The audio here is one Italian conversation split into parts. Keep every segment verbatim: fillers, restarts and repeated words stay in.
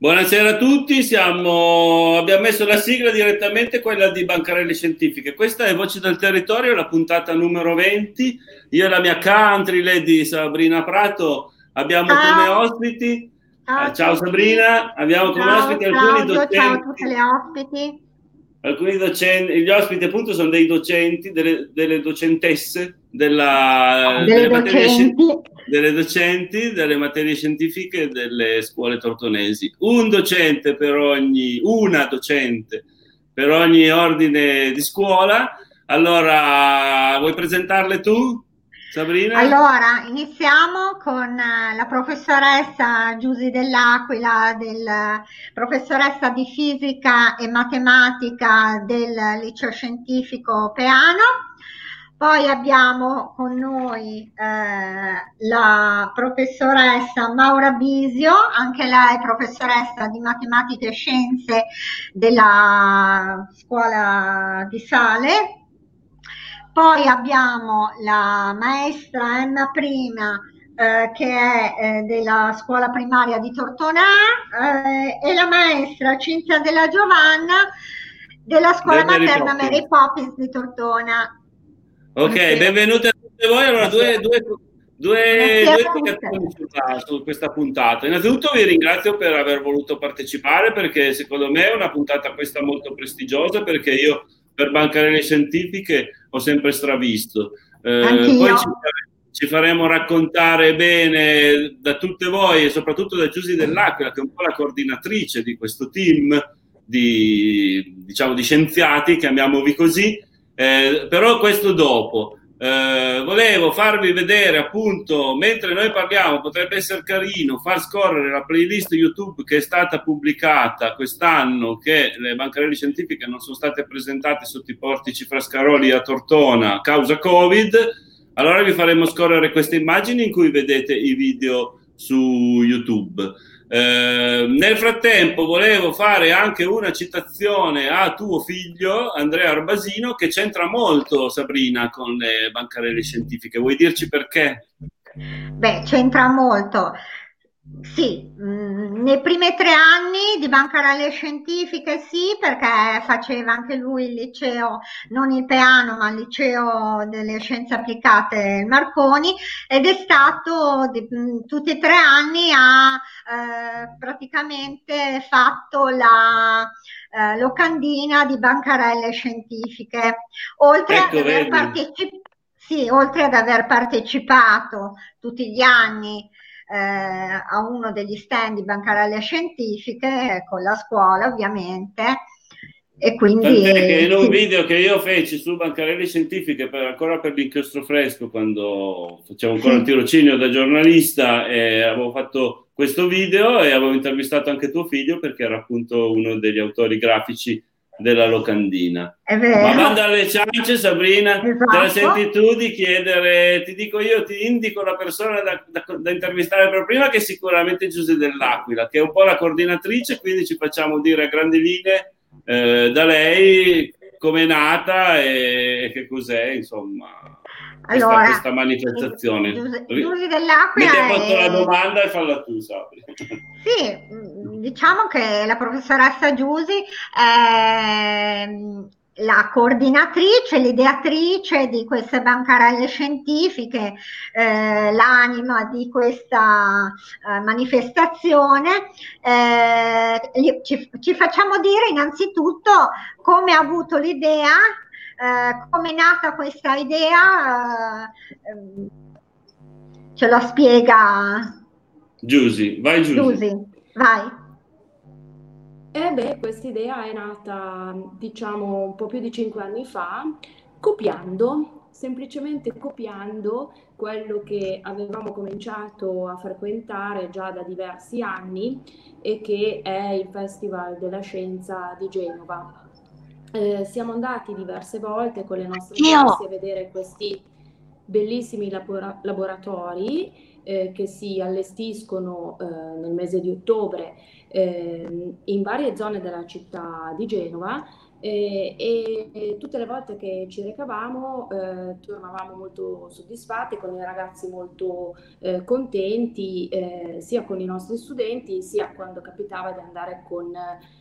Buonasera a tutti, siamo... abbiamo messo la sigla direttamente, quella di Bancarelle Scientifiche. Questa è Voci del Territorio, la puntata numero venti. Io e la mia country lady Sabrina Prato abbiamo Ciao. come ospiti... Ciao, eh, ciao Sabrina, abbiamo come ciao, ospiti alcuni Claudio, docenti... ciao a tutte le ospiti. Alcuni docenti, gli ospiti appunto sono dei docenti, delle, delle docentesse della, Delle delle, materie, docenti. delle docenti delle materie scientifiche delle scuole tortonesi. Un docente per ogni, una docente per ogni ordine di scuola. Allora, vuoi presentarle tu, Sabrina? Allora, iniziamo con eh, la professoressa Giusy Dell'Aquila, del, professoressa di fisica e matematica del liceo scientifico Peano. Poi abbiamo con noi eh, la professoressa Maura Bisio, anche lei professoressa di matematica e scienze della scuola di Sale. Poi abbiamo la maestra Emma Prima, eh, che è eh, della scuola primaria di Tortona, eh, e la maestra Cinzia Della Giovanna della scuola Mary materna Poppins. Mary Poppins di Tortona. Ok, benvenute a tutte voi. Allora, due, due, due, due indicazioni su questa puntata. Innanzitutto vi ringrazio per aver voluto partecipare, perché secondo me è una puntata questa molto prestigiosa, perché io per Bancarelle Scientifiche ho sempre stravisto. Eh, poi ci, ci faremo raccontare bene da tutte voi e soprattutto da Giusy Dell'Aquila, che è un po' la coordinatrice di questo team di, diciamo, di scienziati, chiamiamovi così. Eh, però questo dopo. Eh, volevo farvi vedere, appunto, mentre noi parliamo, potrebbe essere carino far scorrere la playlist YouTube che è stata pubblicata quest'anno, che le bancarelle scientifiche non sono state presentate sotto i portici Frascaroli a Tortona a causa Covid. Allora vi faremo scorrere queste immagini in cui vedete i video su YouTube. Eh, nel frattempo volevo fare anche una citazione a tuo figlio Andrea Arbasino, che c'entra molto, Sabrina, con le bancarelle scientifiche. Vuoi dirci perché? Beh, c'entra molto. Sì, mh, nei primi tre anni di bancarelle scientifiche sì, perché faceva anche lui il liceo, non il Peano, ma il liceo delle scienze applicate il Marconi, ed è stato di, mh, tutti e tre anni ha eh, praticamente fatto la eh, locandina di bancarelle scientifiche, oltre Ecco, ad aver vedi. partecipato. Sì, oltre ad aver partecipato tutti gli anni eh, a uno degli stand di bancarelle scientifiche con la scuola, ovviamente, e quindi Tant'è che in un sì. video che io feci su bancarelle scientifiche, per, ancora per l'inchiostro fresco, quando facevo ancora Sì. il tirocinio da giornalista, eh, avevo fatto questo video e avevo intervistato anche tuo figlio, perché era appunto uno degli autori grafici della locandina. È vero. Ma banda alle ciance, Sabrina, Esatto. te la senti tu di chiedere, ti dico io, ti indico la persona da, da, da intervistare per prima, che è sicuramente Giusy Dell'Aquila, che è un po' la coordinatrice, quindi ci facciamo dire a grandi linee eh, da lei come è nata e, e che cos'è, insomma, questa, allora, questa manifestazione. Giusy Dell'Aquila Metti a posto è... la domanda e falla tu, Sabri. Sì, diciamo che la professoressa Giusy è la coordinatrice, l'ideatrice di queste bancarelle scientifiche, eh, l'anima di questa eh, manifestazione. Eh, ci, ci facciamo dire innanzitutto come ha avuto l'idea, eh, come è nata questa idea, eh, ce la spiega Giusy, vai Giusy. Giusy, vai. Eh beh, questa idea è nata, diciamo, un po' più di cinque anni fa, copiando, semplicemente copiando quello che avevamo cominciato a frequentare già da diversi anni, e che è il Festival della Scienza di Genova. Eh, siamo andati diverse volte con le nostre classi a vedere questi bellissimi labora- laboratori eh, che si allestiscono eh, nel mese di ottobre eh, in varie zone della città di Genova. E, e- e tutte le volte che ci recavamo eh, tornavamo molto soddisfatti, con i ragazzi molto eh, contenti, eh, sia con i nostri studenti, sia quando capitava di andare con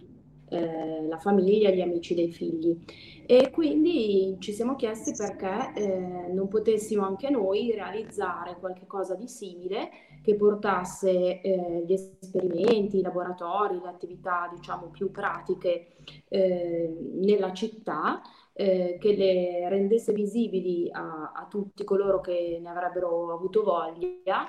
eh, la famiglia e gli amici dei figli. E quindi ci siamo chiesti perché eh, non potessimo anche noi realizzare qualche cosa di simile che portasse eh, gli esperimenti, i laboratori, le attività diciamo più pratiche eh, nella città, eh, che le rendesse visibili a, a tutti coloro che ne avrebbero avuto voglia,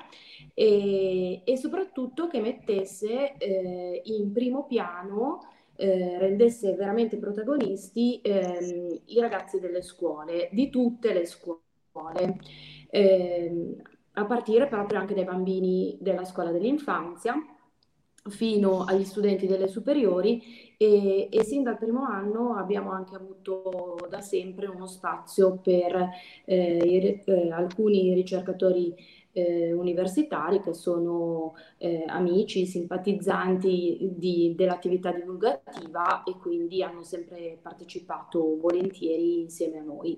e, e soprattutto che mettesse eh, in primo piano, eh, rendesse veramente protagonisti ehm, i ragazzi delle scuole, di tutte le scuole, ehm, a partire proprio anche dai bambini della scuola dell'infanzia fino agli studenti delle superiori, e, e sin dal primo anno abbiamo anche avuto da sempre uno spazio per eh, i- eh, alcuni ricercatori eh, universitari che sono eh, amici, simpatizzanti di- dell'attività divulgativa, e quindi hanno sempre partecipato volentieri insieme a noi.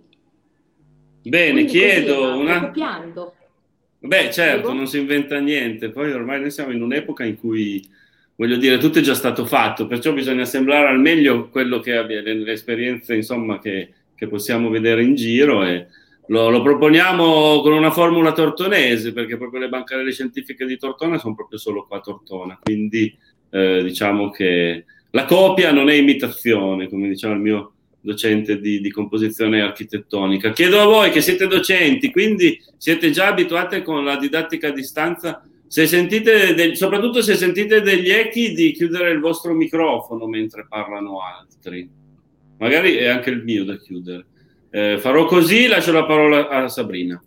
Bene, Quindi così è chiedo nato, una... copiando. Beh, certo, non Prego? si inventa niente, poi ormai noi siamo in un'epoca in cui, voglio dire, tutto è già stato fatto, perciò bisogna assemblare al meglio quello che avviene, le esperienze, insomma, che, che possiamo vedere in giro, e lo, lo proponiamo con una formula tortonese, perché proprio le bancarelle scientifiche di Tortona sono proprio solo qua a Tortona, quindi eh, diciamo che la copia non è imitazione, come diceva il mio docente di, di composizione architettonica. Chiedo a voi che siete docenti, quindi siete già abituati con la didattica a distanza, se sentite del, soprattutto se sentite degli echi, di chiudere il vostro microfono mentre parlano altri. Magari è anche il mio da chiudere. Eh, farò così, lascio la parola a Sabrina.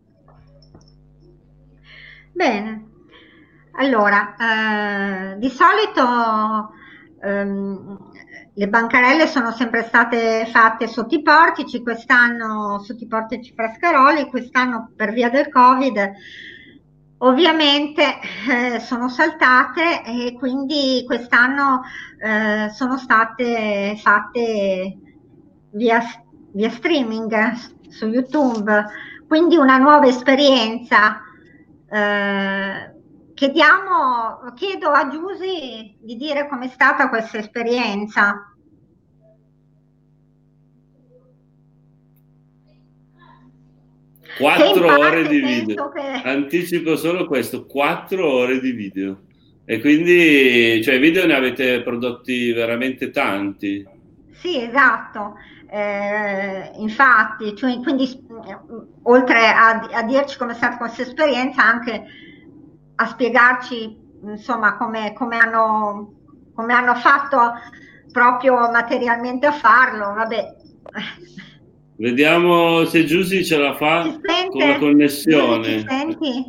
Bene, allora, eh, di solito ehm, le bancarelle sono sempre state fatte sotto i portici, quest'anno sotto i portici Frascaroli, quest'anno per via del Covid ovviamente eh, sono saltate, e quindi quest'anno eh, sono state fatte via, via streaming su YouTube, quindi una nuova esperienza. Eh, chiediamo, chiedo a Giusy di dire com'è stata questa esperienza. Quattro ore di video. Che... Anticipo solo questo, quattro ore di video. E quindi, cioè, video ne avete prodotti veramente tanti. Sì, esatto. Eh, infatti, cioè, quindi oltre a, a dirci come è stata questa esperienza, anche a spiegarci insomma come, come, hanno, come hanno fatto proprio materialmente a farlo. Vabbè. Vediamo se Giusy ce la fa con la connessione. Giusy, ti senti?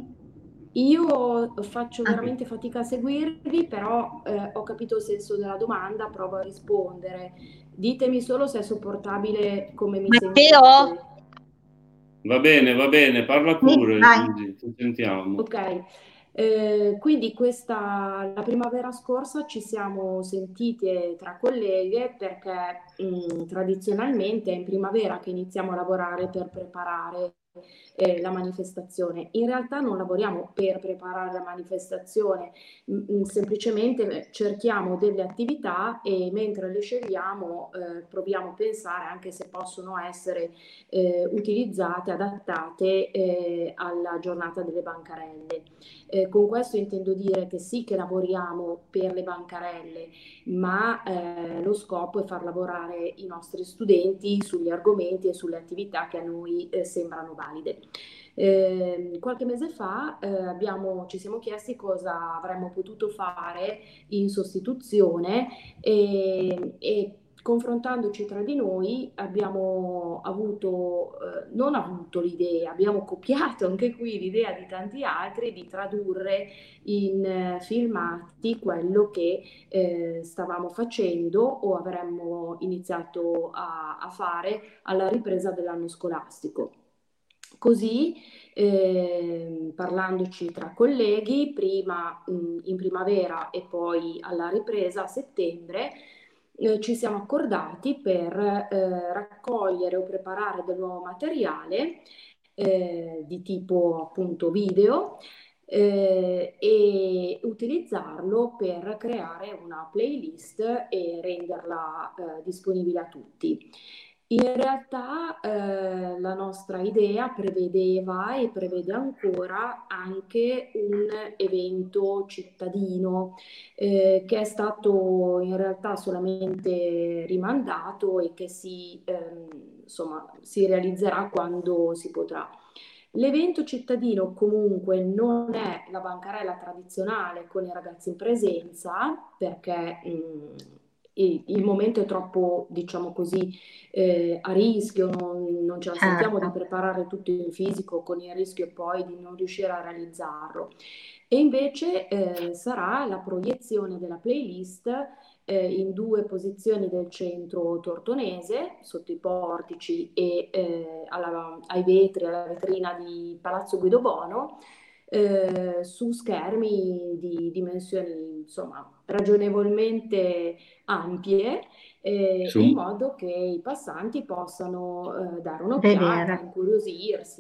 Io faccio veramente fatica a seguirvi, però eh, ho capito il senso della domanda, provo a rispondere. Ditemi solo se è sopportabile come mi Matteo? sentite. Va bene, va bene, parla pure, Giusy, ti sentiamo. Ok. Eh, quindi questa, la primavera scorsa ci siamo sentite tra colleghe perché mh, tradizionalmente è in primavera che iniziamo a lavorare per preparare eh, la manifestazione. In realtà non lavoriamo per preparare la manifestazione, mh, semplicemente cerchiamo delle attività e mentre le scegliamo eh, proviamo a pensare anche se possono essere eh, utilizzate, adattate eh, alla giornata delle bancarelle. Eh, con questo intendo dire che sì, che lavoriamo per le bancarelle, ma eh, lo scopo è far lavorare i nostri studenti sugli argomenti e sulle attività che a noi eh, sembrano valide. Eh, qualche mese fa eh, abbiamo, ci siamo chiesti cosa avremmo potuto fare in sostituzione, e, e confrontandoci tra di noi abbiamo avuto, eh, non avuto l'idea, abbiamo copiato anche qui l'idea di tanti altri di tradurre in eh, filmati quello che eh, stavamo facendo o avremmo iniziato a, a fare alla ripresa dell'anno scolastico. così, eh, parlandoci tra colleghi, prima mh, in primavera e poi alla ripresa a settembre, eh, ci siamo accordati per eh, raccogliere o preparare del nuovo materiale eh, di tipo appunto video eh, e utilizzarlo per creare una playlist e renderla eh, disponibile a tutti. In realtà eh, la nostra idea prevedeva e prevede ancora anche un evento cittadino eh, che è stato in realtà solamente rimandato e che si, ehm, insomma, si realizzerà quando si potrà. L'evento cittadino comunque non è la bancarella tradizionale con i ragazzi in presenza perché mh, il, il momento è troppo, diciamo così, eh, a rischio, non, non ce la sentiamo di Certo. preparare tutto in fisico con il rischio poi di non riuscire a realizzarlo. E invece eh, sarà la proiezione della playlist eh, in due posizioni del centro tortonese, sotto i portici e eh, alla- ai vetri, alla vetrina di Palazzo Guido Bono, eh, su schermi di dimensioni insomma ragionevolmente ampie, eh, in Su. modo che i passanti possano eh, dare un'occhiata, Vedere. incuriosirsi.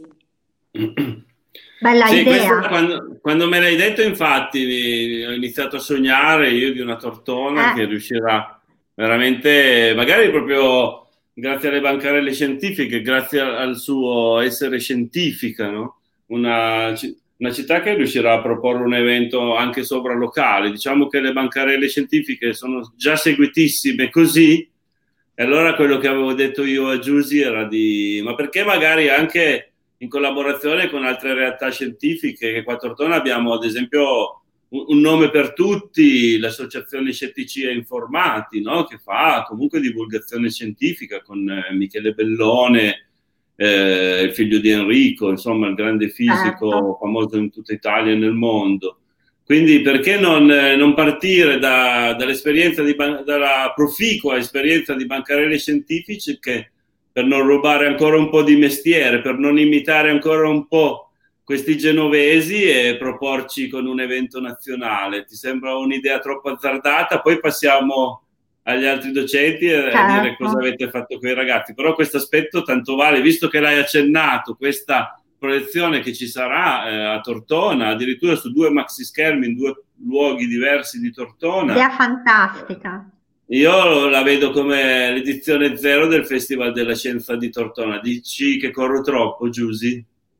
Bella Sì, idea. questa quando, quando me l'hai detto, infatti, mi- ho iniziato a sognare io di una tortona Eh, che riuscirà veramente, magari proprio grazie alle bancarelle scientifiche, grazie al, al suo essere scientifica, no? Una, ci- una città che riuscirà a proporre un evento anche sovralocale. Diciamo che le bancarelle scientifiche sono già seguitissime così, e allora quello che avevo detto io a Giusy era di, ma perché magari anche in collaborazione con altre realtà scientifiche, che qua a Tortona abbiamo ad esempio un, un nome per tutti, l'associazione Scettici e Informati, no? Che fa comunque divulgazione scientifica con eh, Michele Bellone, eh, il figlio di Enrico, insomma il grande certo. fisico famoso in tutta Italia e nel mondo. Quindi perché non, eh, non partire da, dall'esperienza di, dalla proficua esperienza di bancarelle scientifici che per non rubare ancora un po' di mestiere, per non imitare ancora un po' questi genovesi e proporci con un evento nazionale. Ti sembra un'idea troppo azzardata? Poi passiamo agli altri docenti e a dire Certo. cosa avete fatto con i ragazzi. Però questo aspetto tanto vale, visto che l'hai accennato, questa proiezione che ci sarà eh, a Tortona, addirittura su due maxi schermi in due luoghi diversi di Tortona. Idea fantastica. Io la vedo come l'edizione zero del Festival della Scienza di Tortona. Dici che corro troppo, Giusy?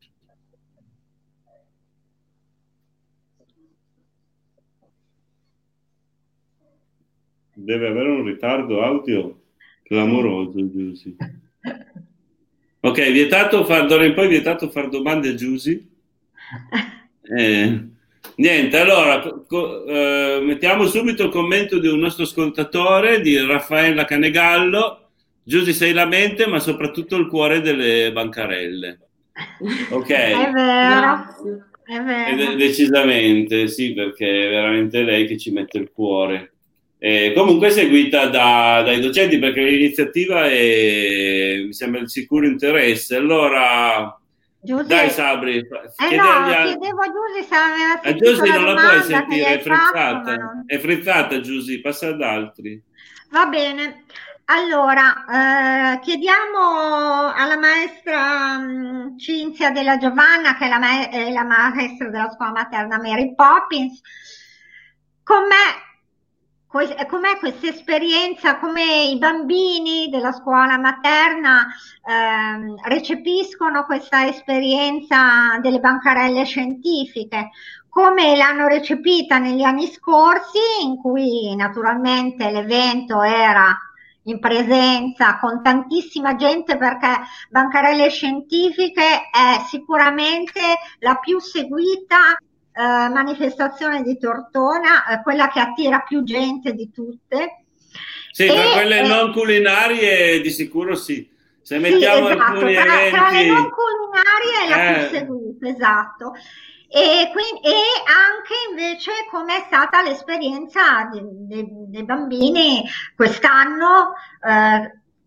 Deve avere un ritardo audio clamoroso, Giusy. Ok, vietato far, d'ora in poi vietato fare domande a Giusy. Eh, niente, allora co- eh, mettiamo subito il commento di un nostro ascoltatore, di Raffaella Canegallo. Giusy sei la mente, ma soprattutto il cuore delle bancarelle. Ok. È vero, è vero. Eh, decisamente, sì, perché è veramente lei che ci mette il cuore. Eh, comunque è seguita da- dai docenti perché l'iniziativa è, mi sembra di sicuro interesse. Allora, Giusy, dai Sabri, eh chiedi agli no, altri. chiedevo a Giusy se aveva A sentito Giusy la non la puoi domanda che gli sentire, hai è fatto, ma frizzata. non... È frizzata, Giusy, passa ad altri. Va bene. Allora, eh, chiediamo alla maestra mh, Cinzia Della Giovanna, che è la, ma- è la maestra della scuola materna Mary Poppins, com'è, que- com'è questa esperienza, come i bambini della scuola materna ehm, recepiscono questa esperienza delle bancarelle scientifiche, come l'hanno recepita negli anni scorsi, in cui naturalmente l'evento era in presenza con tantissima gente, perché Bancarelle Scientifiche è sicuramente la più seguita eh, manifestazione di Tortona, eh, quella che attira più gente di tutte. Sì, E, tra quelle eh, non culinarie di sicuro sì. Se sì, mettiamo esatto, alcuni tra, tra le non eventi, culinarie è la più eh, seguita, esatto. E, quindi, e anche invece com'è stata l'esperienza de- de- dei bambini quest'anno, eh,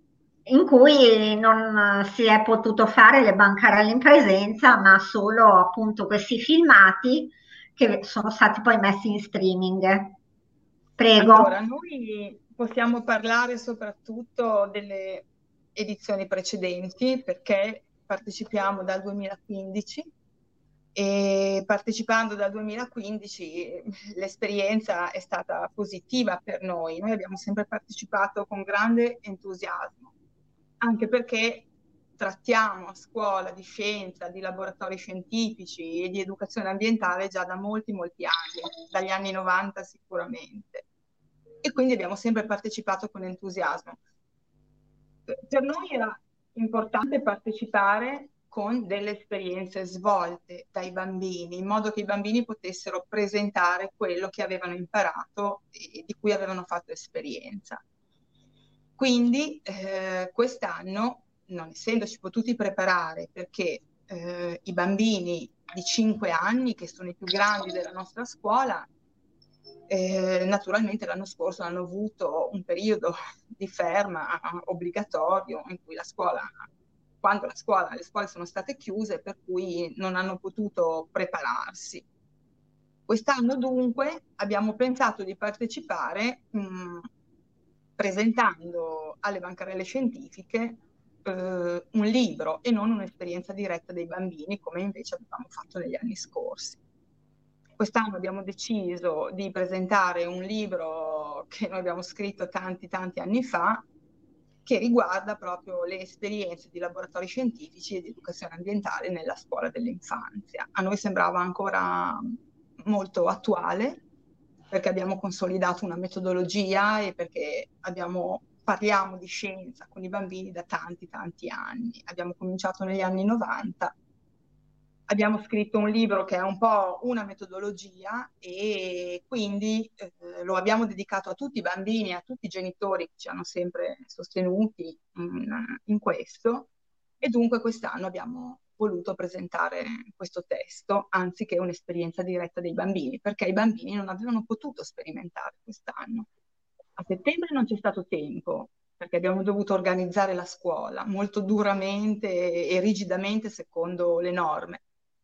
in cui non si è potuto fare le bancarelle in presenza, ma solo appunto questi filmati che sono stati poi messi in streaming. Prego. Allora, noi possiamo parlare soprattutto delle edizioni precedenti perché partecipiamo dal duemilaquindici e partecipando dal duemilaquindici l'esperienza è stata positiva per noi. Noi abbiamo sempre partecipato con grande entusiasmo, anche perché trattiamo a scuola di scienza, di laboratori scientifici e di educazione ambientale già da molti, molti anni, dagli anni novanta sicuramente. E quindi abbiamo sempre partecipato con entusiasmo. Per noi era importante partecipare con delle esperienze svolte dai bambini, in modo che i bambini potessero presentare quello che avevano imparato e di cui avevano fatto esperienza. Quindi eh, quest'anno, non essendoci potuti preparare, perché eh, i bambini di cinque anni, che sono i più grandi della nostra scuola, Eh, naturalmente l'anno scorso hanno avuto un periodo di ferma obbligatorio in cui la scuola, quando la scuola, le scuole sono state chiuse, per cui non hanno potuto prepararsi. Quest'anno dunque abbiamo pensato di partecipare mh, presentando alle bancarelle scientifiche eh, un libro e non un'esperienza diretta dei bambini come invece avevamo fatto negli anni scorsi. Quest'anno abbiamo deciso di presentare un libro che noi abbiamo scritto tanti tanti anni fa, che riguarda proprio le esperienze di laboratori scientifici e di educazione ambientale nella scuola dell'infanzia. A noi sembrava ancora molto attuale, perché abbiamo consolidato una metodologia e perché abbiamo, parliamo di scienza con i bambini da tanti tanti anni. Abbiamo cominciato negli anni novanta. Abbiamo scritto un libro che è un po' una metodologia e quindi eh, lo abbiamo dedicato a tutti i bambini e a tutti i genitori che ci hanno sempre sostenuti in, in questo, e dunque quest'anno abbiamo voluto presentare questo testo anziché un'esperienza diretta dei bambini, perché i bambini non avevano potuto sperimentare quest'anno. A settembre non c'è stato tempo, perché abbiamo dovuto organizzare la scuola molto duramente e rigidamente secondo le norme.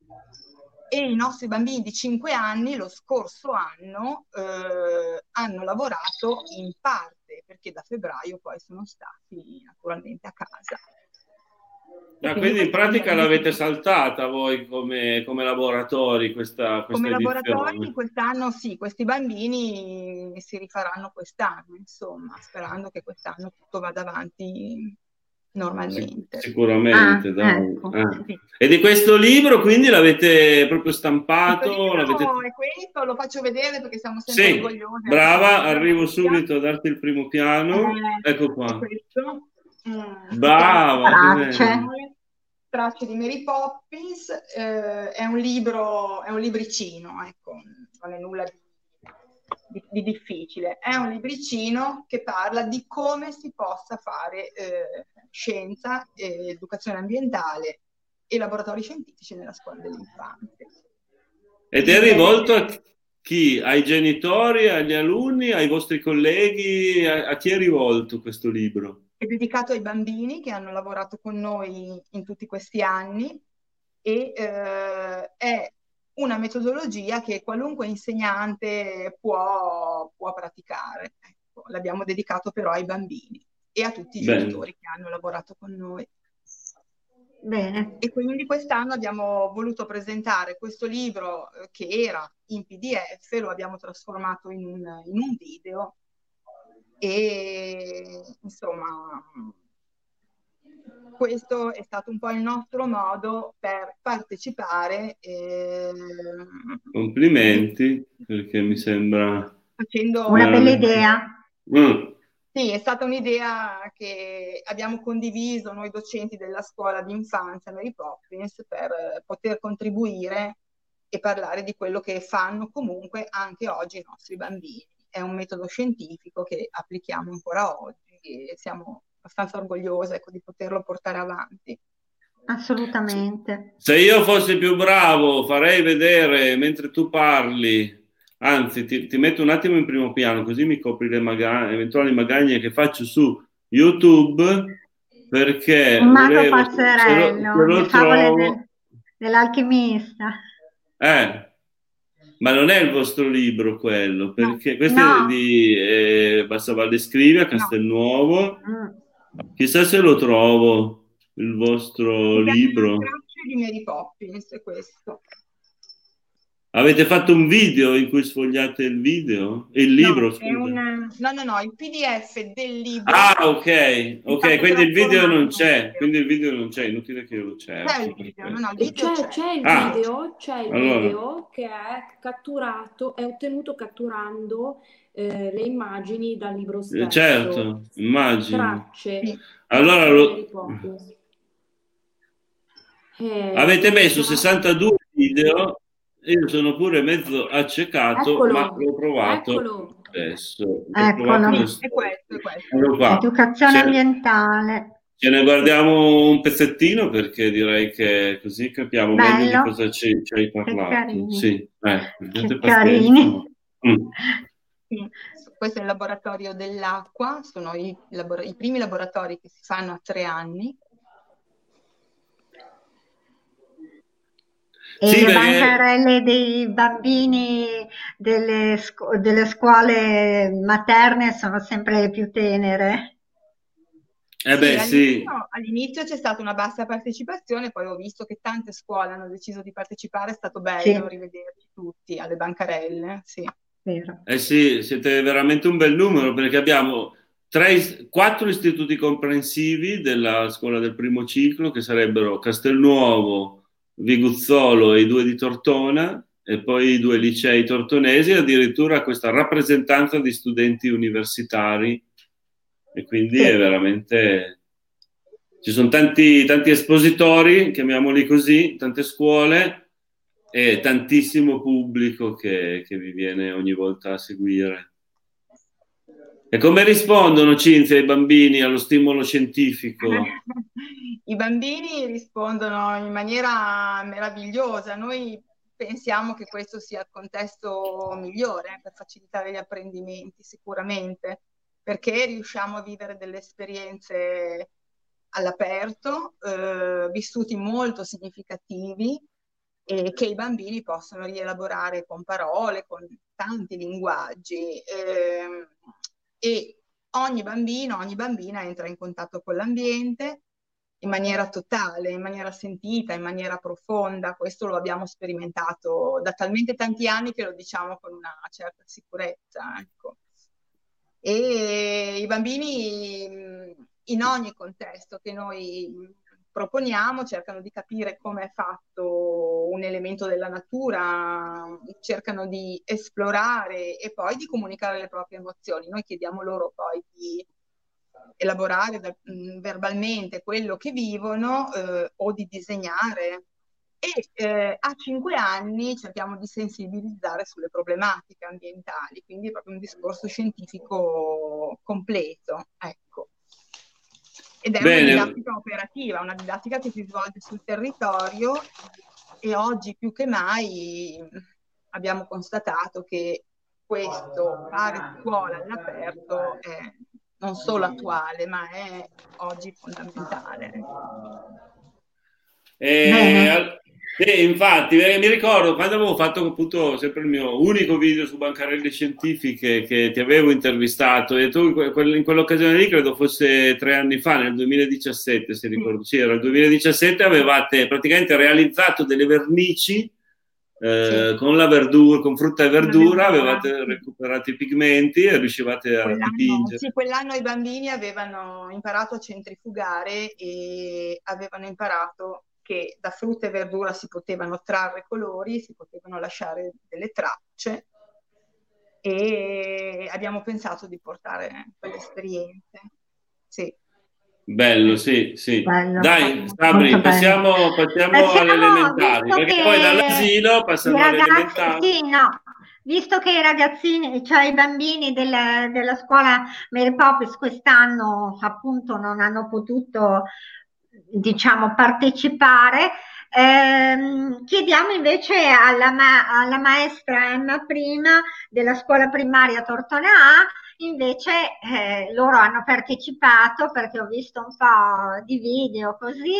E i nostri bambini di cinque anni lo scorso anno eh, hanno lavorato in parte, perché da febbraio poi sono stati naturalmente a casa. Ah, quindi, quindi in pratica l'avete saltata voi come, come laboratori questa, questa come edizione. laboratori quest'anno sì, questi bambini si rifaranno quest'anno, insomma, sperando che quest'anno tutto vada avanti normalmente. Sic- sicuramente, ah, dai. ecco. Ah. Sì. E di questo libro quindi l'avete proprio stampato? Questo libro l'avete... è questo, lo faccio vedere perché siamo sempre sì, orgogliosi. brava, arrivo subito a darti il primo piano. Eh, ecco qua. Questo. Mm, Brava, tracce, tracce di Mary Poppins, eh, è un libro, è un libricino, ecco, non è nulla di, di, di difficile, è un libricino che parla di come si possa fare eh, scienza, eh, educazione ambientale e laboratori scientifici nella scuola dell'infanzia. Ed è rivolto a chi? Ai genitori, agli alunni, ai vostri colleghi? A, a chi è rivolto questo libro? È dedicato ai bambini che hanno lavorato con noi in tutti questi anni e eh, è una metodologia che qualunque insegnante può, può praticare. Ecco, l'abbiamo dedicato però ai bambini e a tutti i Bene. genitori che hanno lavorato con noi. Bene. E quindi quest'anno abbiamo voluto presentare questo libro eh, che era in P D F, lo abbiamo trasformato in un, in un video e insomma questo è stato un po' il nostro modo per partecipare. Eh, Complimenti, perché mi sembra facendo una bella idea. Mm. Sì, è stata un'idea che abbiamo condiviso noi docenti della scuola di infanzia Mary Poppins per poter contribuire e parlare di quello che fanno comunque anche oggi i nostri bambini. È un metodo scientifico che applichiamo ancora oggi e siamo abbastanza orgogliosi, ecco, di poterlo portare avanti. Assolutamente. Se io fossi più bravo, farei vedere mentre tu parli. Anzi, ti, ti metto un attimo in primo piano, così mi copri le maga- eventuali magagne che faccio su YouTube. perché Un mago volevo, se lo, pazzerello, se lo le favole trovo, del- dell'alchimista. eh, ma non è il vostro libro quello, No, perché questo è No, di eh, Bassavalli Scrivia, no. Castelnuovo. mm, Chissà se lo trovo, il vostro Si chiama libro. Tracce di Mary Poppins, è questo. Avete fatto un video in cui sfogliate il video? Il No, libro, è un, scusa. no, no, no, il P D F del libro Ah, ok, è ok, stato quindi il video trasformato non in c'è, video. quindi il video non c'è, inutile che io lo C'è cerchi. il video, no, Perfetto. no, il E video C'è, c'è. c'è il Ah, video, c'è il allora, video che è catturato, è ottenuto catturando eh, le immagini dal libro eh, stesso. certo, immagino. Tracce, Sì. Allora tracce di Mary lo... Poppins. Eh, avete messo questo... sessantadue video, io sono pure mezzo accecato, ma Eccolo, l'ho provato lo eccolo. stesso. L'ho provato eccolo, lo Sì, è stesso. questo, è questo. Eccolo qua. educazione Ce, ambientale. ce ne guardiamo un pezzettino perché direi che così capiamo meglio di Bello, cosa ci, ci hai che parlato. carini, Sì, eh, che abbiate pazienza. carini. Mm. Sì. Questo è il laboratorio dell'acqua, sono i, labora- i primi laboratori che si fanno a tre anni. E Sì, le perché bancarelle dei bambini delle, scu- delle scuole materne sono sempre le più tenere. eh Sì, beh, sì, all'inizio, all'inizio c'è stata una bassa partecipazione, poi ho visto che tante scuole hanno deciso di partecipare, è stato bello Sì, rivederci tutti alle bancarelle, sì. vero. eh sì, siete veramente un bel numero perché abbiamo tre, quattro istituti comprensivi della scuola del primo ciclo che sarebbero Castelnuovo, Viguzzolo e i due di Tortona e poi i due licei tortonesi e addirittura questa rappresentanza di studenti universitari e quindi è Sì, veramente... Ci sono tanti, tanti espositori, chiamiamoli così, tante scuole e tantissimo pubblico che, che vi viene ogni volta a seguire. E come rispondono, Cinzia, i bambini allo stimolo scientifico? I bambini rispondono in maniera meravigliosa. Noi pensiamo che questo sia il contesto migliore per facilitare gli apprendimenti, sicuramente, perché riusciamo a vivere delle esperienze all'aperto, eh, vissuti molto significativi e che i bambini possono rielaborare con parole, con tanti linguaggi. ehm, e ogni bambino, ogni bambina entra in contatto con l'ambiente in maniera totale, in maniera sentita, in maniera profonda. Questo lo abbiamo sperimentato da talmente tanti anni che lo diciamo con una certa sicurezza, ecco. E i bambini mh, in ogni contesto che noi mh, proponiamo cercano di capire come è fatto un elemento della natura, mh, cercano di esplorare e poi di comunicare le proprie emozioni. Noi chiediamo loro poi di elaborare da- mh, verbalmente quello che vivono eh, o di disegnare. E eh, a cinque anni cerchiamo di sensibilizzare sulle problematiche ambientali, quindi è proprio un discorso scientifico completo, ecco. Ed è una Bene, didattica operativa, una didattica che si svolge sul territorio e oggi più che mai abbiamo constatato che questo fare scuola all'aperto è non solo attuale, ma è oggi fondamentale. E, Bene. al- sì, infatti, eh, mi ricordo quando avevo fatto appunto sempre il mio unico video su bancarelle scientifiche che ti avevo intervistato e tu in, que- quel- in quell'occasione lì, credo fosse tre anni fa, nel duemiladiciassette, se ricordo, sì, era il duemiladiciassette, avevate praticamente realizzato delle vernici eh, Sì. con la verdura, con frutta e Con la verdura, verdura, avevate sì. recuperato i pigmenti e riuscivate a Quell'anno, dipingere. sì, quell'anno i bambini avevano imparato a centrifugare e avevano imparato che da frutta e verdura si potevano trarre colori, si potevano lasciare delle tracce e abbiamo pensato di portare quelle esperienze. Sì. Bello, sì, sì. Bello, Dai, molto Sabri, bello. passiamo, passiamo alle Passiamo, elementari, visto perché poi che dall'asilo i passano alle ragazzi, elementari. sì, no, visto che i ragazzini, cioè i bambini del- della scuola Mary Poppins quest'anno appunto non hanno potuto, diciamo, partecipare, ehm, chiediamo invece alla, ma- alla maestra Emma Prima della scuola primaria Tortona A invece eh, loro hanno partecipato, perché ho visto un po' di video così,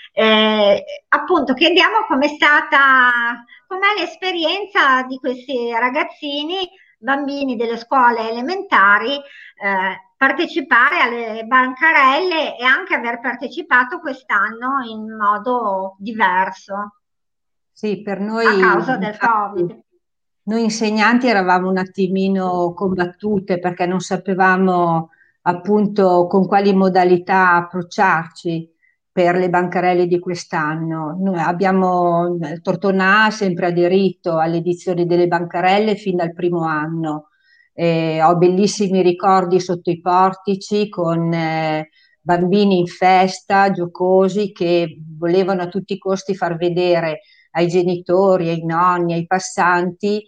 eh, appunto chiediamo com'è stata, com'è l'esperienza di questi ragazzini, bambini delle scuole elementari, eh, partecipare alle bancarelle e anche aver partecipato quest'anno in modo diverso Sì, per a noi, causa del infatti, Covid. noi insegnanti eravamo un attimino combattute perché non sapevamo appunto con quali modalità approcciarci per le bancarelle di quest'anno. Noi abbiamo, il Tortona ha sempre aderito alle edizioni delle bancarelle fin dal primo anno. Eh, ho bellissimi ricordi sotto i portici con eh, bambini in festa, giocosi, che volevano a tutti i costi far vedere ai genitori, ai nonni, ai passanti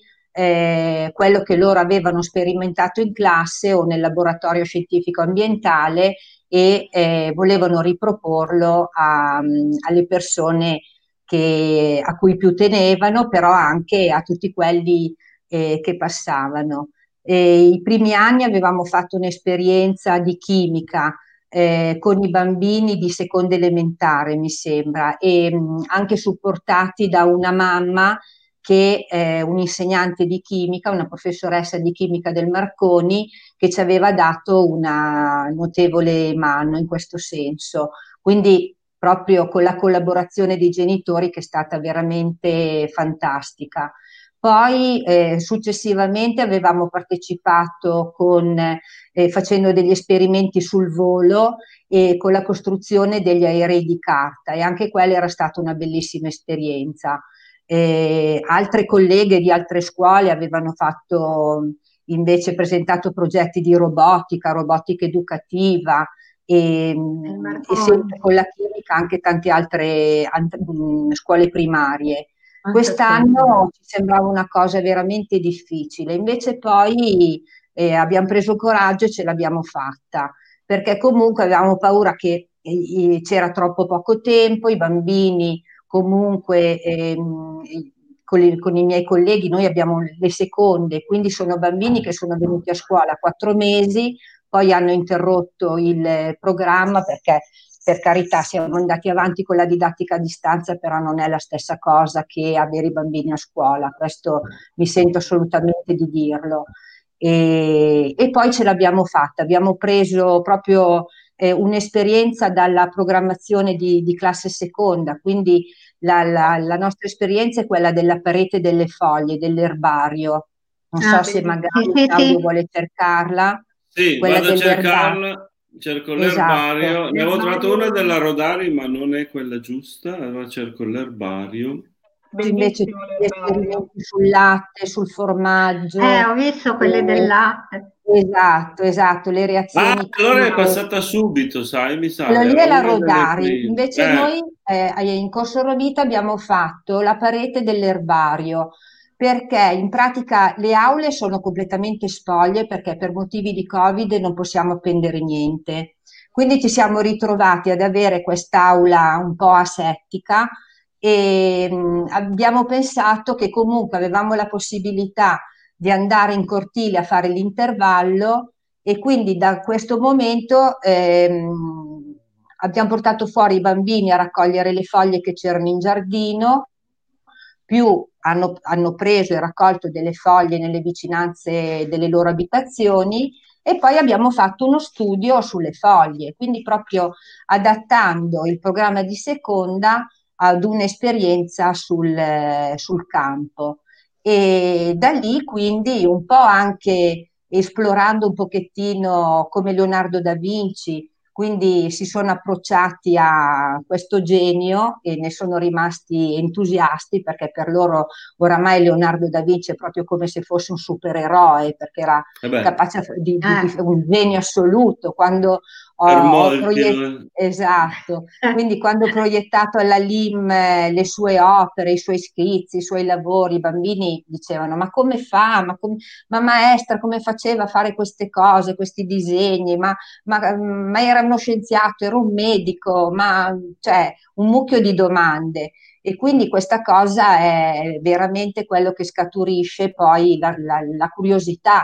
eh, quello che loro avevano sperimentato in classe o nel laboratorio scientifico ambientale e eh, volevano riproporlo a, alle persone che, a cui più tenevano, però anche a tutti quelli eh, che passavano. E I primi anni avevamo fatto un'esperienza di chimica eh, con i bambini di seconda elementare, mi sembra, e mh, anche supportati da una mamma che è un insegnante di chimica, una professoressa di chimica del Marconi, che ci aveva dato una notevole mano in questo senso. Quindi proprio con la collaborazione dei genitori che è stata veramente fantastica. Poi eh, successivamente avevamo partecipato con, eh, facendo degli esperimenti sul volo e con la costruzione degli aerei di carta e anche quella era stata una bellissima esperienza. Eh, altre colleghe di altre scuole avevano fatto invece presentato progetti di robotica, robotica educativa e, e sempre con la chimica anche tante altre, altre mh, scuole primarie. Quest'anno ci sembrava una cosa veramente difficile, invece poi eh, abbiamo preso coraggio e ce l'abbiamo fatta, perché comunque avevamo paura che eh, c'era troppo poco tempo, i bambini comunque ehm, con, i, con i miei colleghi noi abbiamo le seconde, quindi sono bambini che sono venuti a scuola quattro mesi, poi hanno interrotto il programma perché per carità siamo andati avanti con la didattica a distanza, però non è la stessa cosa che avere i bambini a scuola, questo mi sento assolutamente di dirlo. E, e poi ce l'abbiamo fatta, abbiamo preso proprio eh, un'esperienza dalla programmazione di, di classe seconda, quindi la, la, la nostra esperienza è quella della parete delle foglie, dell'erbario. Non so Ah, se sì, magari sì, Claudio sì. vuole cercarla, Sì, quella vado a dell'erbario. cercarla, cerco Esatto. l'erbario. Ne avevo trovato una della Rodari, ma non è quella giusta. Allora cerco l'erbario. Invece Bellissimo tutti gli l'erbario. esperimenti sul latte, sul Eh, formaggio. ho visto quelle del eh, latte. esatto, esatto, le Ah, reazioni allora è chimiche. passata subito, sai, mi sa, Quello lì era è la una delle Rodari, prime. invece Eh, noi eh, in Corso Rovita abbiamo fatto la parete dell'erbario, perché in pratica le aule sono completamente spoglie perché per motivi di Covid non possiamo appendere niente. Quindi ci siamo ritrovati ad avere quest'aula un po' asettica e mh, abbiamo pensato che comunque avevamo la possibilità di andare in cortile a fare l'intervallo e quindi da questo momento ehm, abbiamo portato fuori i bambini a raccogliere le foglie che c'erano in giardino, più hanno, hanno preso e raccolto delle foglie nelle vicinanze delle loro abitazioni e poi abbiamo fatto uno studio sulle foglie, quindi proprio adattando il programma di seconda ad un'esperienza sul, eh, sul campo. E da lì quindi un po' anche esplorando un pochettino come Leonardo da Vinci, quindi si sono approcciati a questo genio e ne sono rimasti entusiasti perché per loro oramai Leonardo da Vinci è proprio come se fosse un supereroe perché era eh beh, capace di, di, di Eh. un genio assoluto. Quando ho, per ho molti. proiettato, eh. esatto, quindi quando ho proiettato alla L I M eh, le sue opere, i suoi schizzi, i suoi lavori, i bambini dicevano ma come fa, ma, com- ma maestra come faceva a fare queste cose, questi disegni, ma, ma, ma era uno scienziato, era un medico, ma cioè un mucchio di domande. E quindi questa cosa è veramente quello che scaturisce poi la, la, la curiosità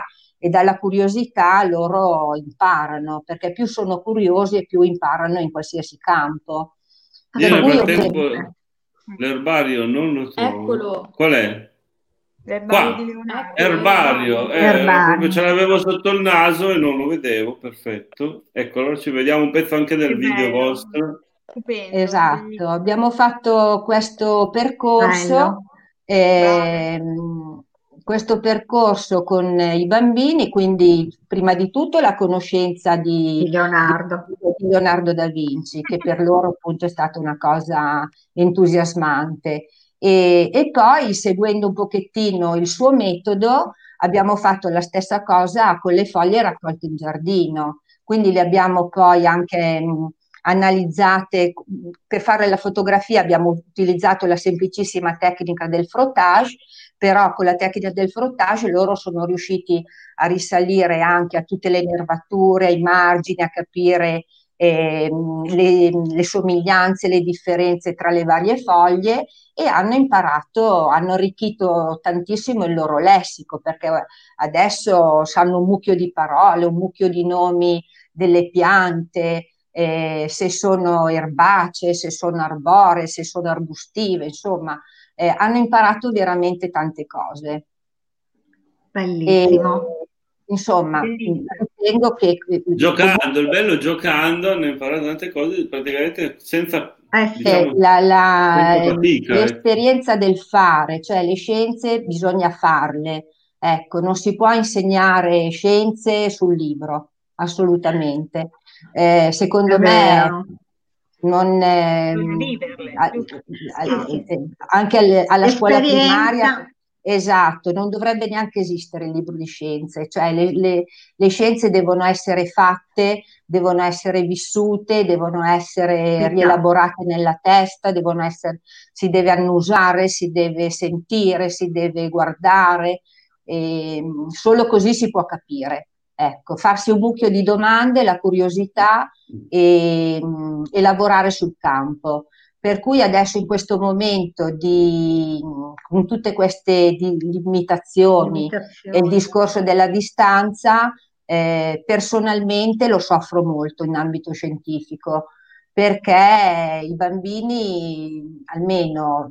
e dalla curiosità loro imparano, perché più sono curiosi e più imparano in qualsiasi campo. Io Per nel cui frattempo l'erbario non lo trovo. Eccolo. Qual è? L'erbario Qua. di Leonardo. Eccolo, Erbario, l'erbario. eh, Erbario. proprio ce l'avevo sotto il naso e non lo vedevo, perfetto. Ecco, allora ci vediamo un pezzo anche del Che video bello. vostro. Stupendo, Esatto, bellissimo. abbiamo fatto questo percorso, Bello. Brave. ehm, questo percorso con i bambini, quindi prima di tutto la conoscenza di, Di Leonardo. di- di Leonardo da Vinci, che per loro appunto è stata una cosa entusiasmante. E, e poi, seguendo un pochettino il suo metodo, abbiamo fatto la stessa cosa con le foglie raccolte in giardino. Quindi le abbiamo poi anche mh, analizzate. Per fare la fotografia abbiamo utilizzato la semplicissima tecnica del frottage, però con la tecnica del frottage loro sono riusciti a risalire anche a tutte le nervature, ai margini, a capire eh, le, le somiglianze, le differenze tra le varie foglie, e hanno imparato, hanno arricchito tantissimo il loro lessico, perché adesso sanno un mucchio di parole, un mucchio di nomi delle piante, eh, se sono erbacee, se sono arboree, se sono arbustive, insomma, eh, hanno imparato veramente tante cose. E, Bellissimo. insomma, Bellissimo. ritengo che Giocando, il bello giocando, hanno imparato tante cose praticamente senza, Eh sì. eh, diciamo, la- la- senza fatica. ecco. l'esperienza del fare, cioè le scienze bisogna farle. Ecco, non si può insegnare scienze sul libro, assolutamente. Eh, secondo È me vero. non, Bisogna ehm, viverle, a- giusto? a- Sì, sì. eh, anche alle- alla scuola primaria, Esperienza. esatto, non dovrebbe neanche esistere il libro di scienze, cioè le, le- le scienze devono essere fatte, devono essere vissute, devono essere Sì, chiaro. rielaborate nella testa, devono essere, si deve annusare, si deve sentire, si deve guardare, e solo così si può capire. Ecco, farsi un mucchio di domande, la curiosità e, e lavorare sul campo. Per cui adesso in questo momento di, con tutte queste di- limitazioni e il Limitazioni. discorso della distanza, eh, personalmente lo soffro molto in ambito scientifico, perché i bambini, almeno